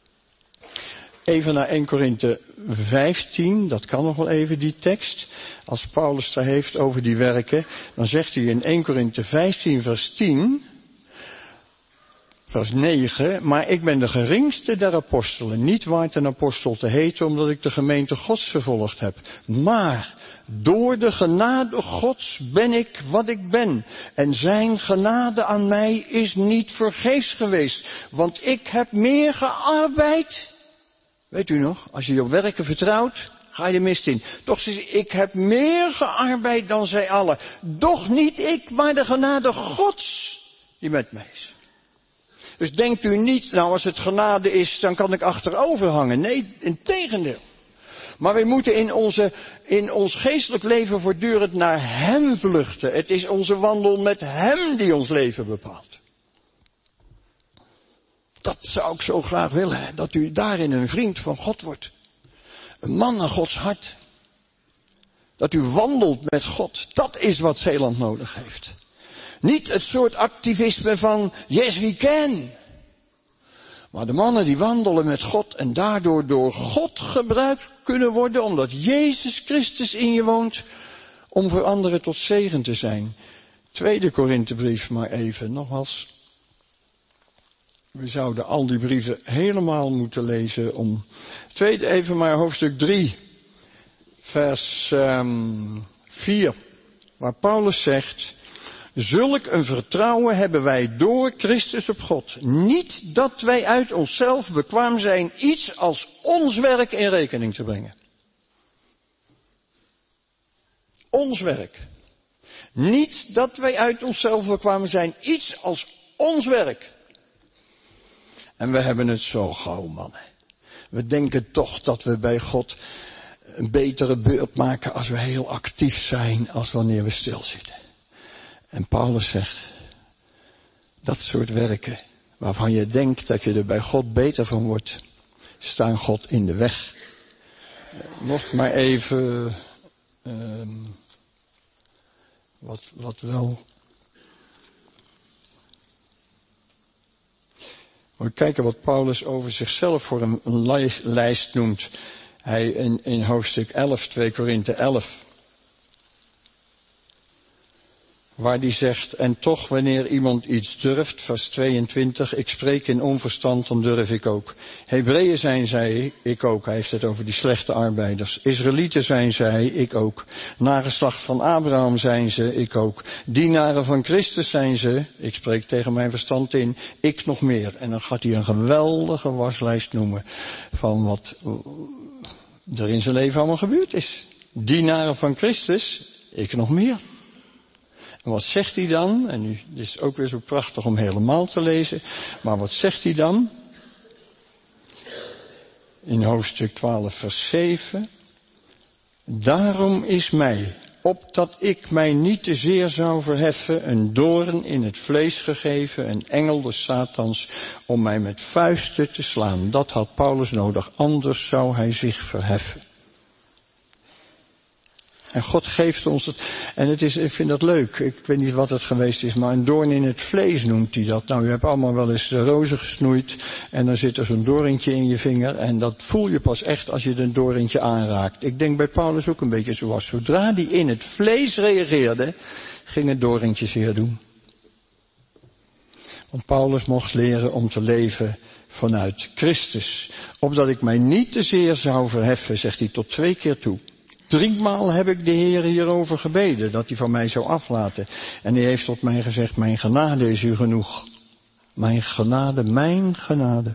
1 Korinthe 15, dat kan nog wel even die tekst. Als Paulus daar heeft over die werken, dan zegt hij in 1 Korinthe 15 vers 10... Vers 9, maar ik ben de geringste der apostelen, niet waard een apostel te heten, omdat ik de gemeente Gods vervolgd heb. Maar door de genade Gods ben ik wat ik ben. En zijn genade aan mij is niet vergeefs geweest, want ik heb meer gearbeid. Weet u nog, als je op werken vertrouwt, ga je de mist in. Toch zegt hij, ik heb meer gearbeid dan zij allen. Doch niet ik, maar de genade Gods die met mij is. Dus denkt u niet, nou als het genade is, dan kan ik achterover hangen. Nee, integendeel. Maar wij moeten in ons geestelijk leven voortdurend naar Hem vluchten. Het is onze wandel met Hem die ons leven bepaalt. Dat zou ik zo graag willen, hè? Dat u daarin een vriend van God wordt. Een man naar Gods hart. Dat u wandelt met God. Dat is wat Zeeland nodig heeft. Niet het soort activisme van yes we can. Maar de mannen die wandelen met God en daardoor door God gebruikt kunnen worden, omdat Jezus Christus in je woont, om voor anderen tot zegen te zijn. 2 Korinthebrief maar even, nogmaals. We zouden al die brieven helemaal moeten lezen even maar hoofdstuk 3, vers 4, waar Paulus zegt, zulk een vertrouwen hebben wij door Christus op God. Niet dat wij uit onszelf bekwaam zijn iets als ons werk in rekening te brengen. Ons werk. Niet dat wij uit onszelf bekwamen zijn iets als ons werk. En we hebben het zo gauw, mannen. We denken toch dat we bij God een betere beurt maken als we heel actief zijn, als wanneer we stilzitten. En Paulus zegt, dat soort werken, waarvan je denkt dat je er bij God beter van wordt, staan God in de weg. Nog maar even, wat wel. Moet kijken wat Paulus over zichzelf voor een lijst noemt. Hij in hoofdstuk 11, 2 Korinthe 11. Waar die zegt, en toch wanneer iemand iets durft, vers 22, ik spreek in onverstand, dan durf ik ook. Hebreeën zijn zij, ik ook. Hij heeft het over die slechte arbeiders. Israëlieten zijn zij, ik ook. Nageslacht van Abraham zijn ze, ik ook. Dienaren van Christus zijn ze, ik spreek tegen mijn verstand in, ik nog meer. En dan gaat hij een geweldige waslijst noemen van wat er in zijn leven allemaal gebeurd is. Dienaren van Christus, ik nog meer. En wat zegt hij dan? En nu, dit is ook weer zo prachtig om helemaal te lezen. Maar wat zegt hij dan? In hoofdstuk 12 vers 7. Daarom is mij, opdat ik mij niet te zeer zou verheffen, een doorn in het vlees gegeven, een engel des Satans, om mij met vuisten te slaan. Dat had Paulus nodig, anders zou hij zich verheffen. En God geeft ons het. En het is, ik vind dat leuk. Ik weet niet wat het geweest is, maar een doorn in het vlees noemt hij dat. Nou, u hebt allemaal wel eens de rozen gesnoeid en dan zit er zo'n doorntje in je vinger en dat voel je pas echt als je een doorntje aanraakt. Ik denk bij Paulus ook een beetje zoals. Zodra hij in het vlees reageerde, ging het doorntje zeer doen. Want Paulus mocht leren om te leven vanuit Christus. Opdat ik mij niet te zeer zou verheffen, zegt hij tot 2 keer toe. 3 maal heb ik de Heer hierover gebeden, dat hij van mij zou aflaten. En hij heeft tot mij gezegd, mijn genade is u genoeg. Mijn genade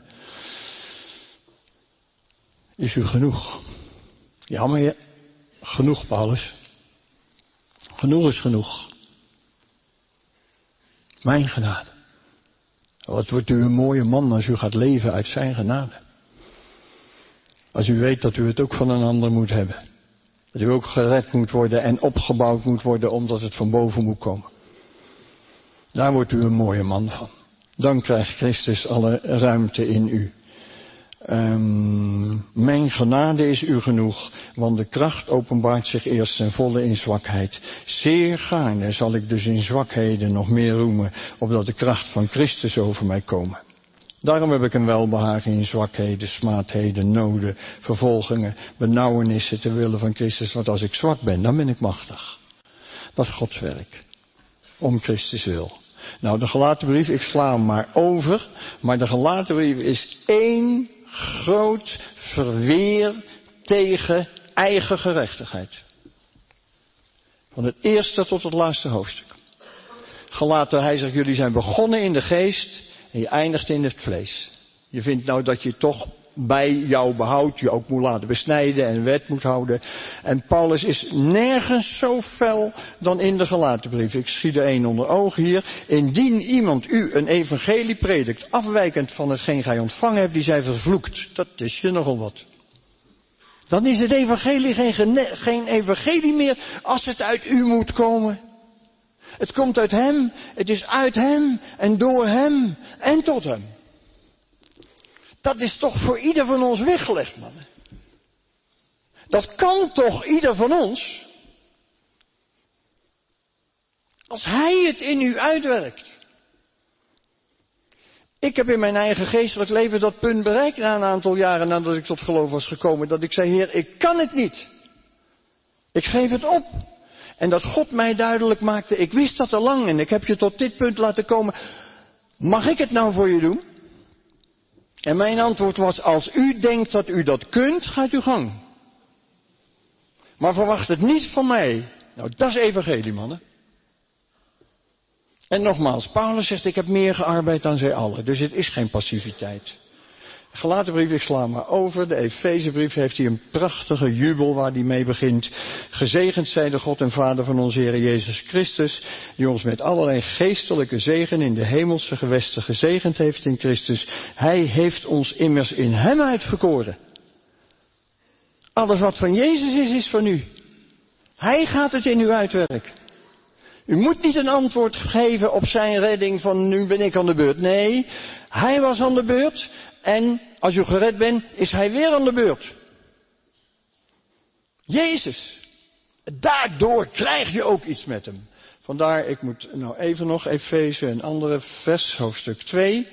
is u genoeg. Ja, maar genoeg, Paulus. Genoeg is genoeg. Mijn genade. Wat wordt u een mooie man als u gaat leven uit zijn genade. Als u weet dat u het ook van een ander moet hebben. Dat u ook gered moet worden en opgebouwd moet worden omdat het van boven moet komen. Daar wordt u een mooie man van. Dan krijgt Christus alle ruimte in u. Mijn genade is u genoeg, want de kracht openbaart zich eerst ten volle in zwakheid. Zeer gaarne zal ik dus in zwakheden nog meer roemen, opdat de kracht van Christus over mij komen. Daarom heb ik een welbehagen in zwakheden, smaadheden, noden, vervolgingen, benauwenissen ter wille van Christus. Want als ik zwak ben, dan ben ik machtig. Dat is Gods werk. Om Christus wil. Nou, de Galatenbrief, ik sla hem maar over, maar de Galatenbrief is één groot verweer tegen eigen gerechtigheid. Van het eerste tot het laatste hoofdstuk. Galaten, hij zegt, jullie zijn begonnen in de geest en je eindigt in het vlees. Je vindt nou dat je toch bij jouw behoud je ook moet laten besnijden en wet moet houden. En Paulus is nergens zo fel dan in de Galatenbrief. Ik schiet er één onder ogen hier. Indien iemand u een evangelie predikt, afwijkend van hetgeen gij ontvangen hebt, die zij vervloekt. Dat is je nogal wat. Dan is het evangelie geen evangelie meer als het uit u moet komen. Het komt uit hem, het is uit hem en door hem en tot hem. Dat is toch voor ieder van ons weggelegd, mannen. Dat kan toch ieder van ons? Als hij het in u uitwerkt. Ik heb in mijn eigen geestelijk leven dat punt bereikt na een aantal jaren nadat ik tot geloof was gekomen. Dat ik zei, Heer, ik kan het niet. Ik geef het op. En dat God mij duidelijk maakte, ik wist dat al lang en ik heb je tot dit punt laten komen. Mag ik het nou voor je doen? En mijn antwoord was, als u denkt dat u dat kunt, gaat uw gang. Maar verwacht het niet van mij. Nou, dat is evangelie, mannen. En nogmaals, Paulus zegt, ik heb meer gearbeid dan zij allen. Dus het is geen passiviteit. De Galatenbrief, ik sla maar over. De Efezebrief heeft hier een prachtige jubel waar die mee begint. Gezegend zij de God en Vader van onze Heer Jezus Christus, die ons met allerlei geestelijke zegen in de hemelse gewesten gezegend heeft in Christus. Hij heeft ons immers in hem uitverkoren. Alles wat van Jezus is van u. Hij gaat het in u uitwerken. U moet niet een antwoord geven op zijn redding van nu ben ik aan de beurt. Nee, hij was aan de beurt. En als u gered bent, is hij weer aan de beurt. Jezus. Daardoor krijg je ook iets met hem. Vandaar, ik moet nou even nog Efeze, een andere vers, hoofdstuk 2.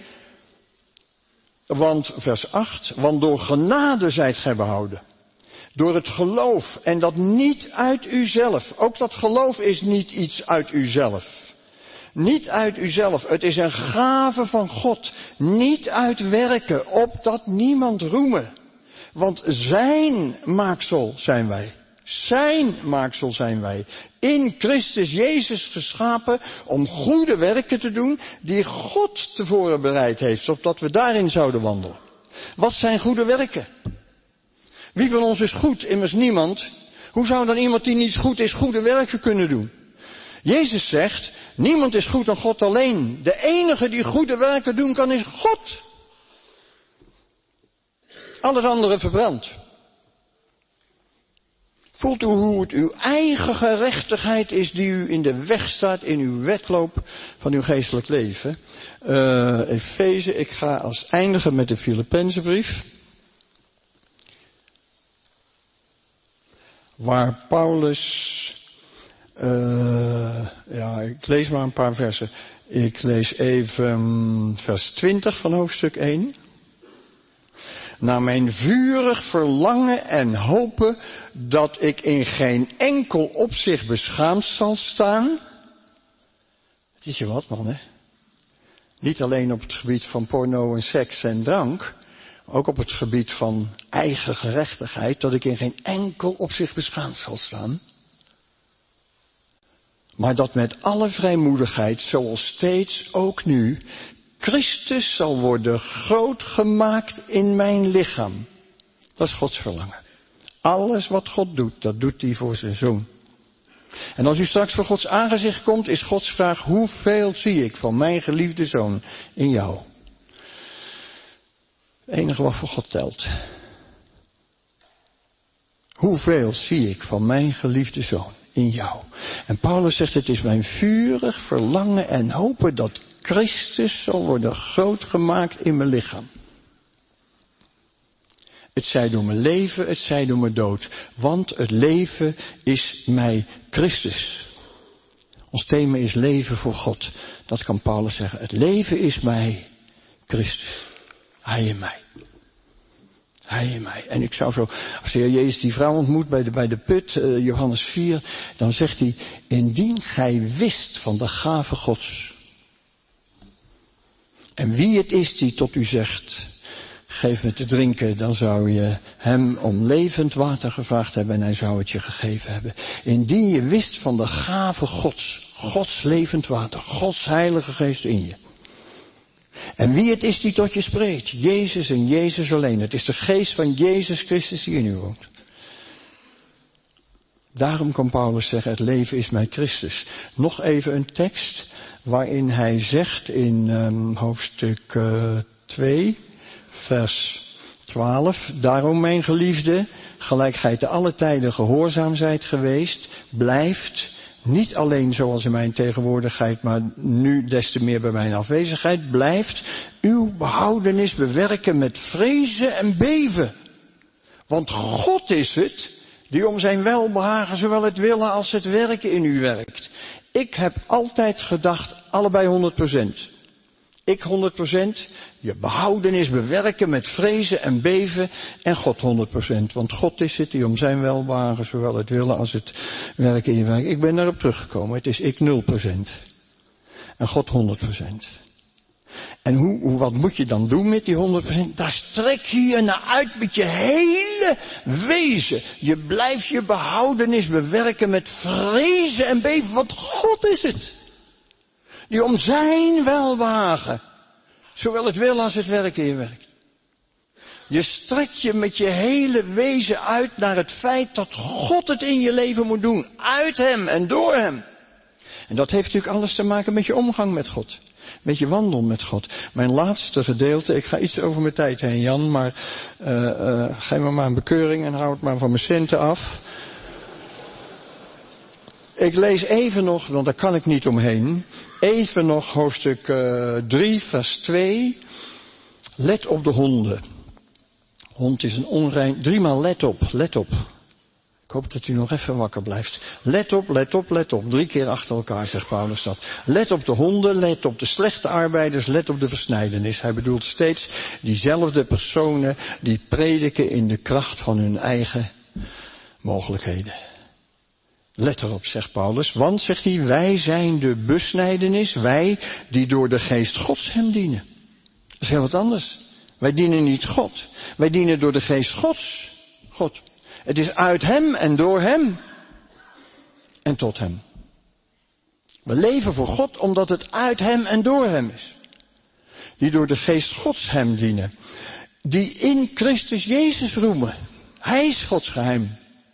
Want, vers 8. Want door genade zijt gij behouden. Door het geloof. En dat niet uit uzelf. Ook dat geloof is niet iets uit uzelf. Niet uit uzelf. Het is een gave van God. Niet uit werken, opdat niemand roemen. Want zijn maaksel zijn wij. Zijn maaksel zijn wij. In Christus Jezus geschapen om goede werken te doen die God tevoren bereid heeft, opdat we daarin zouden wandelen. Wat zijn goede werken? Wie van ons is goed? Immers niemand. Hoe zou dan iemand die niet goed is, goede werken kunnen doen? Jezus zegt, niemand is goed dan God alleen. De enige die goede werken doen kan is God. Alles andere verbrandt. Voelt u hoe het uw eigen gerechtigheid is die u in de weg staat in uw wedloop van uw geestelijk leven? Efeze, ik ga als eindigen met de Filippenzenbrief. Waar Paulus, ik lees maar een paar versen. Ik lees even vers 20 van hoofdstuk 1. Naar mijn vurig verlangen en hopen dat ik in geen enkel opzicht beschaamd zal staan. Het is je wat, man, hè? Niet alleen op het gebied van porno en seks en drank, ook op het gebied van eigen gerechtigheid, dat ik in geen enkel opzicht beschaamd zal staan. Maar dat met alle vrijmoedigheid, zoals steeds ook nu, Christus zal worden groot gemaakt in mijn lichaam. Dat is Gods verlangen. Alles wat God doet, dat doet hij voor zijn zoon. En als u straks voor Gods aangezicht komt, is Gods vraag, hoeveel zie ik van mijn geliefde zoon in jou? Het enige wat voor God telt. Hoeveel zie ik van mijn geliefde zoon in jou? En Paulus zegt, het is mijn vurig verlangen en hopen dat Christus zal worden groot gemaakt in mijn lichaam. Het zij door mijn leven, het zij door mijn dood. Want het leven is mij Christus. Ons thema is leven voor God. Dat kan Paulus zeggen. Het leven is mij Christus. Hij in mij. Hij in mij. En ik zou zo, als de Heer Jezus die vrouw ontmoet bij de put, Johannes 4, dan zegt hij, indien gij wist van de gave Gods. En wie het is die tot u zegt, geef me te drinken, dan zou je hem om levend water gevraagd hebben en hij zou het je gegeven hebben. Indien je wist van de gave Gods, Gods levend water, Gods heilige geest in je. En wie het is die tot je spreekt, Jezus en Jezus alleen. Het is de geest van Jezus Christus die in u woont. Daarom kan Paulus zeggen, het leven is mij Christus. Nog even een tekst waarin hij zegt in hoofdstuk 2, vers 12. Daarom, mijn geliefde, gelijk gij te alle tijden gehoorzaam zijt geweest, blijft niet alleen zoals in mijn tegenwoordigheid, maar nu des te meer bij mijn afwezigheid, blijft uw behoudenis bewerken met vrezen en beven. Want God is het die om zijn welbehagen zowel het willen als het werken in u werkt. Ik heb altijd gedacht, allebei 100%. Ik 100%, je behoudenis bewerken met vrezen en beven en God 100%. Want God is het die om zijn welbehagen zowel het willen als het werken in je werkt. Ik ben daarop teruggekomen, het is ik 0% en God 100%. En wat moet je dan doen met die 100%? Daar strek je je naar uit met je hele wezen. Je blijft je behoudenis bewerken met vrezen en beven, want God is het. Die om zijn welbehagen, zowel het willen als het werken in je werkt. Je strekt je met je hele wezen uit naar het feit dat God het in je leven moet doen. Uit hem en door hem. En dat heeft natuurlijk alles te maken met je omgang met God. Met je wandel met God. Mijn laatste gedeelte, ik ga iets over mijn tijd heen Jan, maar geef me maar een bekeuring en hou het maar van mijn centen af. Ik lees even nog, want daar kan ik niet omheen. Even nog hoofdstuk 3 vers 2. Let op de honden. Hond is een onrein, 3 maal let op, let op. Ik hoop dat u nog even wakker blijft. Let op, let op, let op. 3 keer achter elkaar zegt Paulus dat. Let op de honden, let op de slechte arbeiders, let op de versnijdenis. Hij bedoelt steeds diezelfde personen die prediken in de kracht van hun eigen mogelijkheden. Let erop, zegt Paulus, want, zegt hij, wij zijn de besnijdenis, wij die door de geest Gods hem dienen. Dat is heel wat anders. Wij dienen niet God. Wij dienen door de geest Gods. God. Het is uit hem en door hem. En tot hem. We leven voor God omdat het uit hem en door hem is. Die door de geest Gods hem dienen. Die in Christus Jezus roemen. Hij is Gods geheim.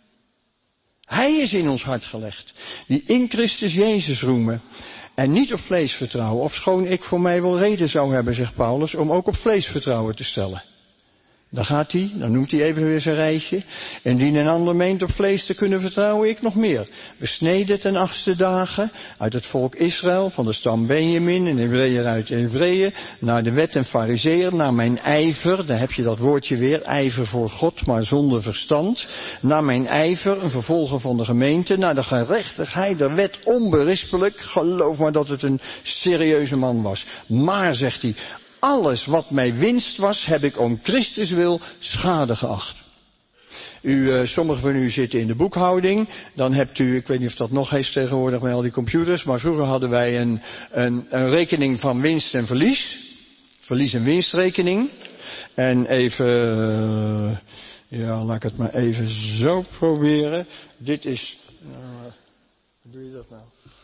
Hij is in ons hart gelegd. Die in Christus Jezus roemen. En niet op vlees vertrouwen. Ofschoon ik voor mij wel reden zou hebben, zegt Paulus, om ook op vlees vertrouwen te stellen. Dan gaat hij, dan noemt hij even weer zijn rijtje. Indien een ander meent op vlees te kunnen vertrouwen, ik nog meer. Besneden ten 8e dagen, uit het volk Israël, van de stam Benjamin, en Hebreeër uit Hebreeën, naar de wet en farizeeër, naar mijn ijver, daar heb je dat woordje weer, ijver voor God, maar zonder verstand. Naar mijn ijver, een vervolger van de gemeente, naar de gerechtigheid der wet, onberispelijk. Geloof maar dat het een serieuze man was. Maar, zegt hij, alles wat mij winst was, heb ik om Christus wil schade geacht. Sommigen van u zitten in de boekhouding. Dan hebt u, ik weet niet of dat nog is tegenwoordig met al die computers, maar vroeger hadden wij een rekening van winst en verlies. Verlies- en winstrekening. En even, laat ik het maar even zo proberen. Dit is, hoe doe je dat nou?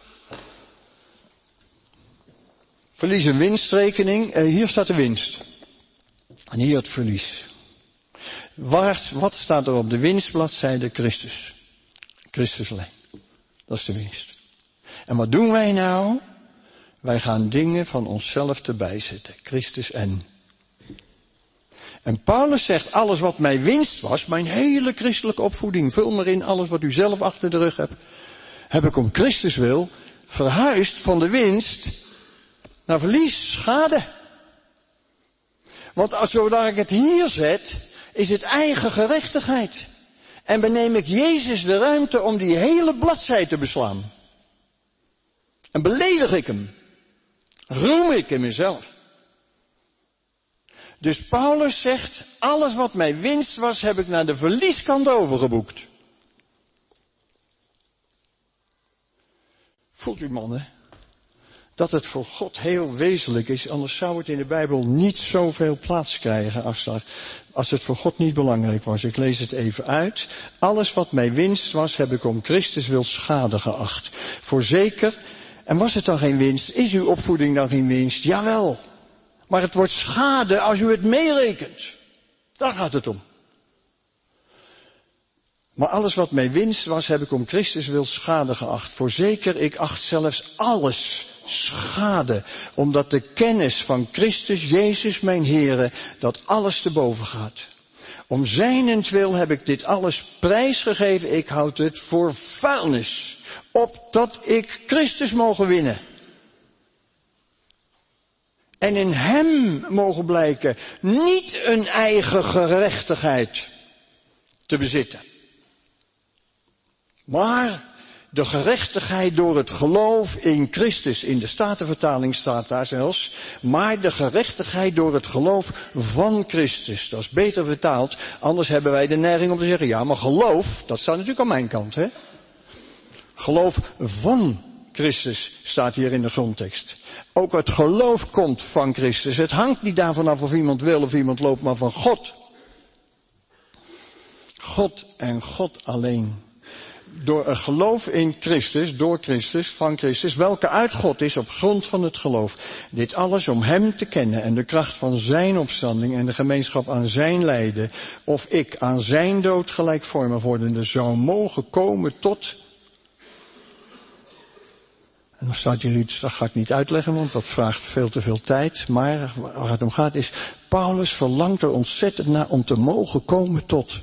Verlies- en winstrekening. Hier staat de winst. En hier het verlies. Wat staat er op de winstbladzijde? Christus. Christus alleen. Dat is de winst. En wat doen wij nou? Wij gaan dingen van onszelf erbij zetten. Christus en. En Paulus zegt, alles wat mij winst was, mijn hele christelijke opvoeding, vul maar in, alles wat u zelf achter de rug hebt, heb ik om Christus wil verhuisd van de winst naar verlies, schade. Want zodra ik het hier zet, is het eigen gerechtigheid. En beneem ik Jezus de ruimte om die hele bladzijde te beslaan. En beledig ik hem. Roem ik in mezelf. Dus Paulus zegt, alles wat mij winst was, heb ik naar de verlieskant overgeboekt. Voelt u mannen? Dat het voor God heel wezenlijk is, anders zou het in de Bijbel niet zoveel plaats krijgen als het voor God niet belangrijk was. Ik lees het even uit. Alles wat mij winst was, heb ik om Christus wil schade geacht. Voorzeker, en was het dan geen winst? Is uw opvoeding dan geen winst? Jawel. Maar het wordt schade als u het meerekent. Daar gaat het om. Maar alles wat mij winst was, heb ik om Christus wil schade geacht. Voorzeker, ik acht zelfs alles schade, omdat de kennis van Christus Jezus mijn Heere, dat alles te boven gaat. Om zijnentwil heb ik dit alles prijsgegeven, ik houd het voor vuilnis, opdat ik Christus mogen winnen. En in hem mogen blijken niet een eigen gerechtigheid te bezitten, maar de gerechtigheid door het geloof in Christus. In de Statenvertaling staat daar zelfs, maar de gerechtigheid door het geloof van Christus. Dat is beter vertaald, anders hebben wij de neiging om te zeggen, ja, maar geloof, dat staat natuurlijk aan mijn kant, hè. Geloof van Christus staat hier in de grondtekst. Ook het geloof komt van Christus. Het hangt niet daarvan af of iemand wil of iemand loopt, maar van God. God en God alleen. Door een geloof in Christus, door Christus, van Christus, welke uit God is op grond van het geloof. Dit alles om hem te kennen en de kracht van zijn opstanding en de gemeenschap aan zijn lijden, of ik aan zijn dood gelijkvormig wordende zou mogen komen tot. En dan staat hier iets, dat ga ik niet uitleggen, want dat vraagt veel te veel tijd. Maar waar het om gaat is, Paulus verlangt er ontzettend naar om te mogen komen tot.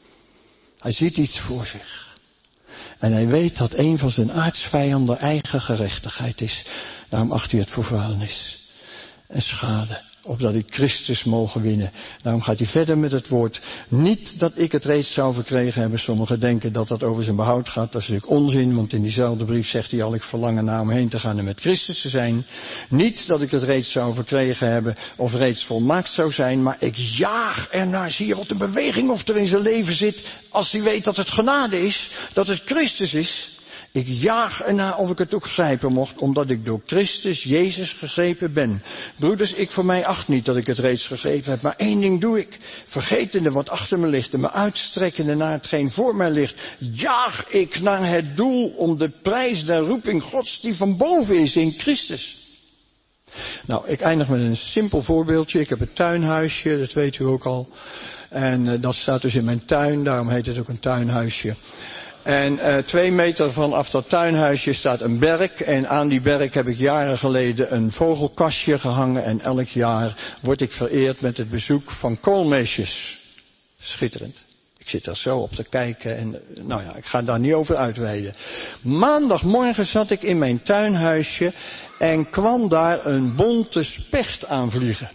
Hij ziet iets voor zich. En hij weet dat een van zijn aartsvijanden eigen gerechtigheid is. Daarom acht hij het voor vuilnis en schade, opdat ik Christus mogen winnen. Daarom gaat hij verder met het woord. Niet dat ik het reeds zou verkregen hebben. Sommigen denken dat dat over zijn behoud gaat. Dat is natuurlijk onzin, want in diezelfde brief zegt hij al, ik verlangen naar om heen te gaan en met Christus te zijn. Niet dat ik het reeds zou verkregen hebben of reeds volmaakt zou zijn, maar ik jaag ernaar. Zie je wat een beweging of er in zijn leven zit, als hij weet dat het genade is, dat het Christus is. Ik jaag ernaar of ik het ook grijpen mocht, omdat ik door Christus Jezus gegrepen ben. Broeders, ik voor mij acht niet dat ik het reeds gegrepen heb, maar één ding doe ik. Vergetende wat achter me ligt en me uitstrekkende naar hetgeen voor mij ligt, jaag ik naar het doel om de prijs der roeping Gods die van boven is in Christus. Nou, ik eindig met een simpel voorbeeldje. Ik heb een tuinhuisje, dat weet u ook al. En dat staat dus in mijn tuin, daarom heet het ook een tuinhuisje. En 2 meter vanaf dat tuinhuisje staat een berk. En aan die berk heb ik jaren geleden een vogelkastje gehangen. En elk jaar word ik vereerd met het bezoek van koolmeesjes. Schitterend. Ik zit daar zo op te kijken en nou ja, ik ga daar niet over uitweiden. Maandagmorgen zat ik in mijn tuinhuisje en kwam daar een bonte specht aanvliegen.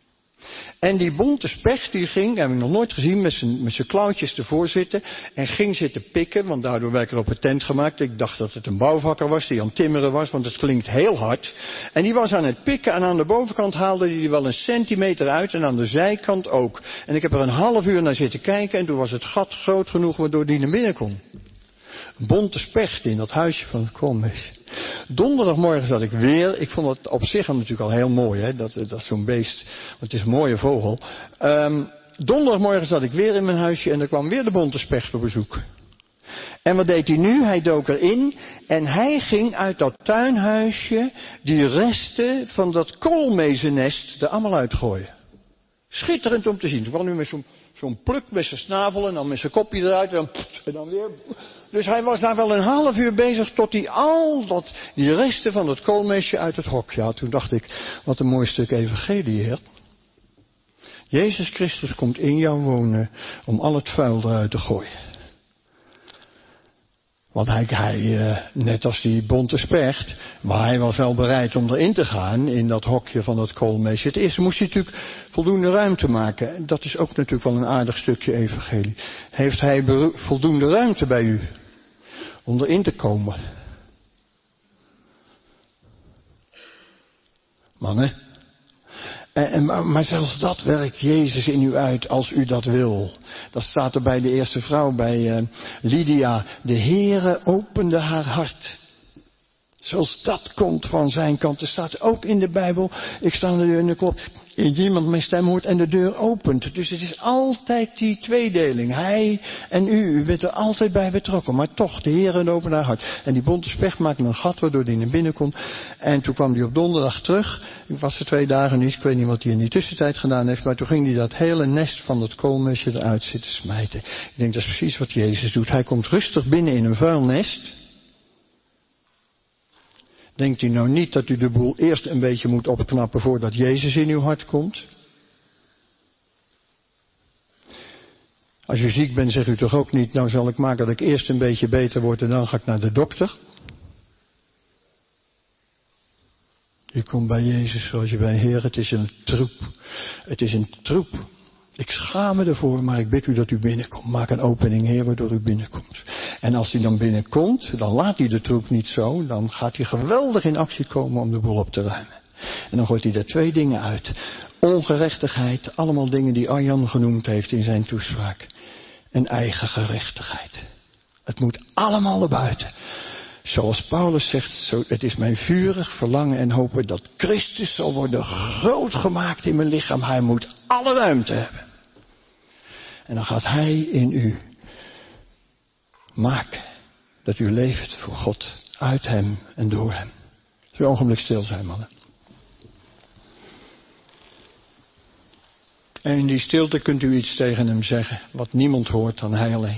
En die bonte specht die ging, heb ik nog nooit gezien, met zijn klauwtjes ervoor zitten. En ging zitten pikken, want daardoor werd ik er op een tent gemaakt. Ik dacht dat het een bouwvakker was, die aan het timmeren was, want het klinkt heel hard. En die was aan het pikken en aan de bovenkant haalde hij wel 1 centimeter uit en aan de zijkant ook. En ik heb er een half uur naar zitten kijken en toen was het gat groot genoeg waardoor die naar binnen kon. Een bonte specht in dat huisje van het koolmees. Donderdagmorgen zat ik weer, ik vond het op zich natuurlijk al heel mooi, hè, dat zo'n beest, want het is een mooie vogel. Donderdagmorgen zat ik weer in mijn huisje en er kwam weer de bonte specht op bezoek. En wat deed hij nu? Hij dook erin en hij ging uit dat tuinhuisje die resten van dat koolmeesennest er allemaal uitgooien. Schitterend om te zien. Toen kwam nu met zo'n pluk met zijn snavel en dan met zijn kopje eruit en dan weer. Dus hij was daar wel een half uur bezig tot hij die resten van dat koolmeesje uit het hok. Ja, toen dacht ik, wat een mooi stuk evangelie, Heer. Jezus Christus komt in jou wonen om al het vuil eruit te gooien. Want hij net als die bonte specht, maar hij was wel bereid om erin te gaan in dat hokje van dat koolmeesje. Het eerste moest hij natuurlijk voldoende ruimte maken. En dat is ook natuurlijk wel een aardig stukje evangelie. Heeft hij voldoende ruimte bij u om erin te komen? Mannen. Maar zelfs dat werkt Jezus in u uit als u dat wil. Dat staat er bij de eerste vrouw, bij Lydia. De Heere opende haar hart. Zoals dat komt van zijn kant. Er staat ook in de Bijbel, ik sta aan de deur en er klopt, iemand mijn stem hoort en de deur opent. Dus het is altijd die tweedeling. Hij en u bent er altijd bij betrokken. Maar toch, de Heer opent haar hart. En die bonte specht maakte een gat waardoor hij naar binnen kon. En toen kwam hij op donderdag terug. Ik was er 2 dagen niet, ik weet niet wat hij in die tussentijd gedaan heeft. Maar toen ging hij dat hele nest van dat koolmesje eruit zitten smijten. Ik denk, dat is precies wat Jezus doet. Hij komt rustig binnen in een vuil nest. Denkt u nou niet dat u de boel eerst een beetje moet opknappen voordat Jezus in uw hart komt? Als u ziek bent, zegt u toch ook niet, nou zal ik maken dat ik eerst een beetje beter word en dan ga ik naar de dokter? U komt bij Jezus zoals je bij Heer, het is een troep. Het is een troep. Ik schaam me ervoor, maar ik bid u dat u binnenkomt. Maak een opening, Heer, waardoor u binnenkomt. En als hij dan binnenkomt, dan laat hij de troep niet zo. Dan gaat hij geweldig in actie komen om de boel op te ruimen. En dan gooit hij er 2 dingen uit. Ongerechtigheid, allemaal dingen die Arjan genoemd heeft in zijn toespraak. En eigen gerechtigheid. Het moet allemaal naar buiten. Zoals Paulus zegt, het is mijn vurig verlangen en hopen dat Christus zal worden groot gemaakt in mijn lichaam. Hij moet alle ruimte hebben. En dan gaat hij in u maken dat u leeft voor God, uit hem en door hem. Zullen we een ogenblik stil zijn, mannen? En in die stilte kunt u iets tegen hem zeggen, wat niemand hoort dan hij alleen.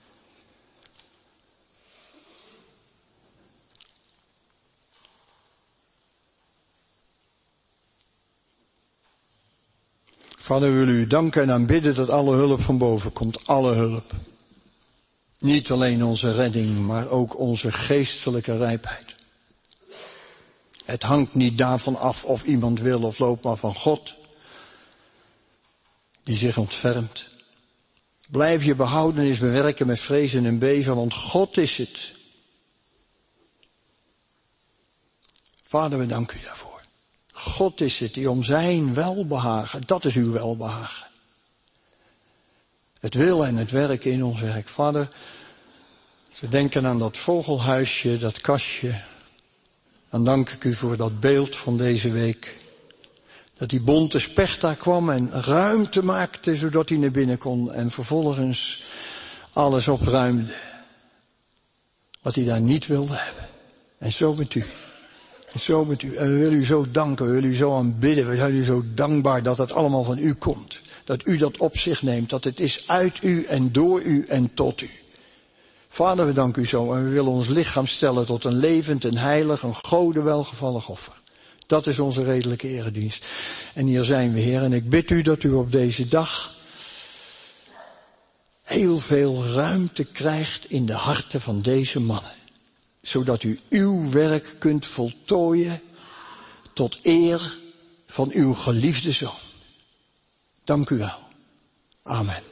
Vader, we willen u danken en aanbidden dat alle hulp van boven komt. Alle hulp. Niet alleen onze redding, maar ook onze geestelijke rijpheid. Het hangt niet daarvan af of iemand wil of loopt, maar van God. Die zich ontfermt. Blijf je behoudenis bewerken met vrezen en beven, want God is het. Vader, we danken u daarvoor. God is het die om zijn welbehagen, dat is uw welbehagen. Het wil en het werken in ons werk. Vader, we denken aan dat vogelhuisje, dat kastje. Dan dank ik u voor dat beeld van deze week. Dat die bonte specht daar kwam en ruimte maakte zodat hij naar binnen kon. En vervolgens alles opruimde. Wat hij daar niet wilde hebben. En zo bent u. En zo bent u. En we willen u zo danken, we willen u zo aanbidden. We zijn u zo dankbaar dat het allemaal van u komt. Dat u dat op zich neemt. Dat het is uit u en door u en tot u. Vader, we danken u zo. En we willen ons lichaam stellen tot een levend en heilig, een Gode welgevallig offer. Dat is onze redelijke eredienst. En hier zijn we, Heer. En ik bid u dat u op deze dag heel veel ruimte krijgt in de harten van deze mannen. Zodat u uw werk kunt voltooien tot eer van uw geliefde Zoon. Dank u wel. Amen.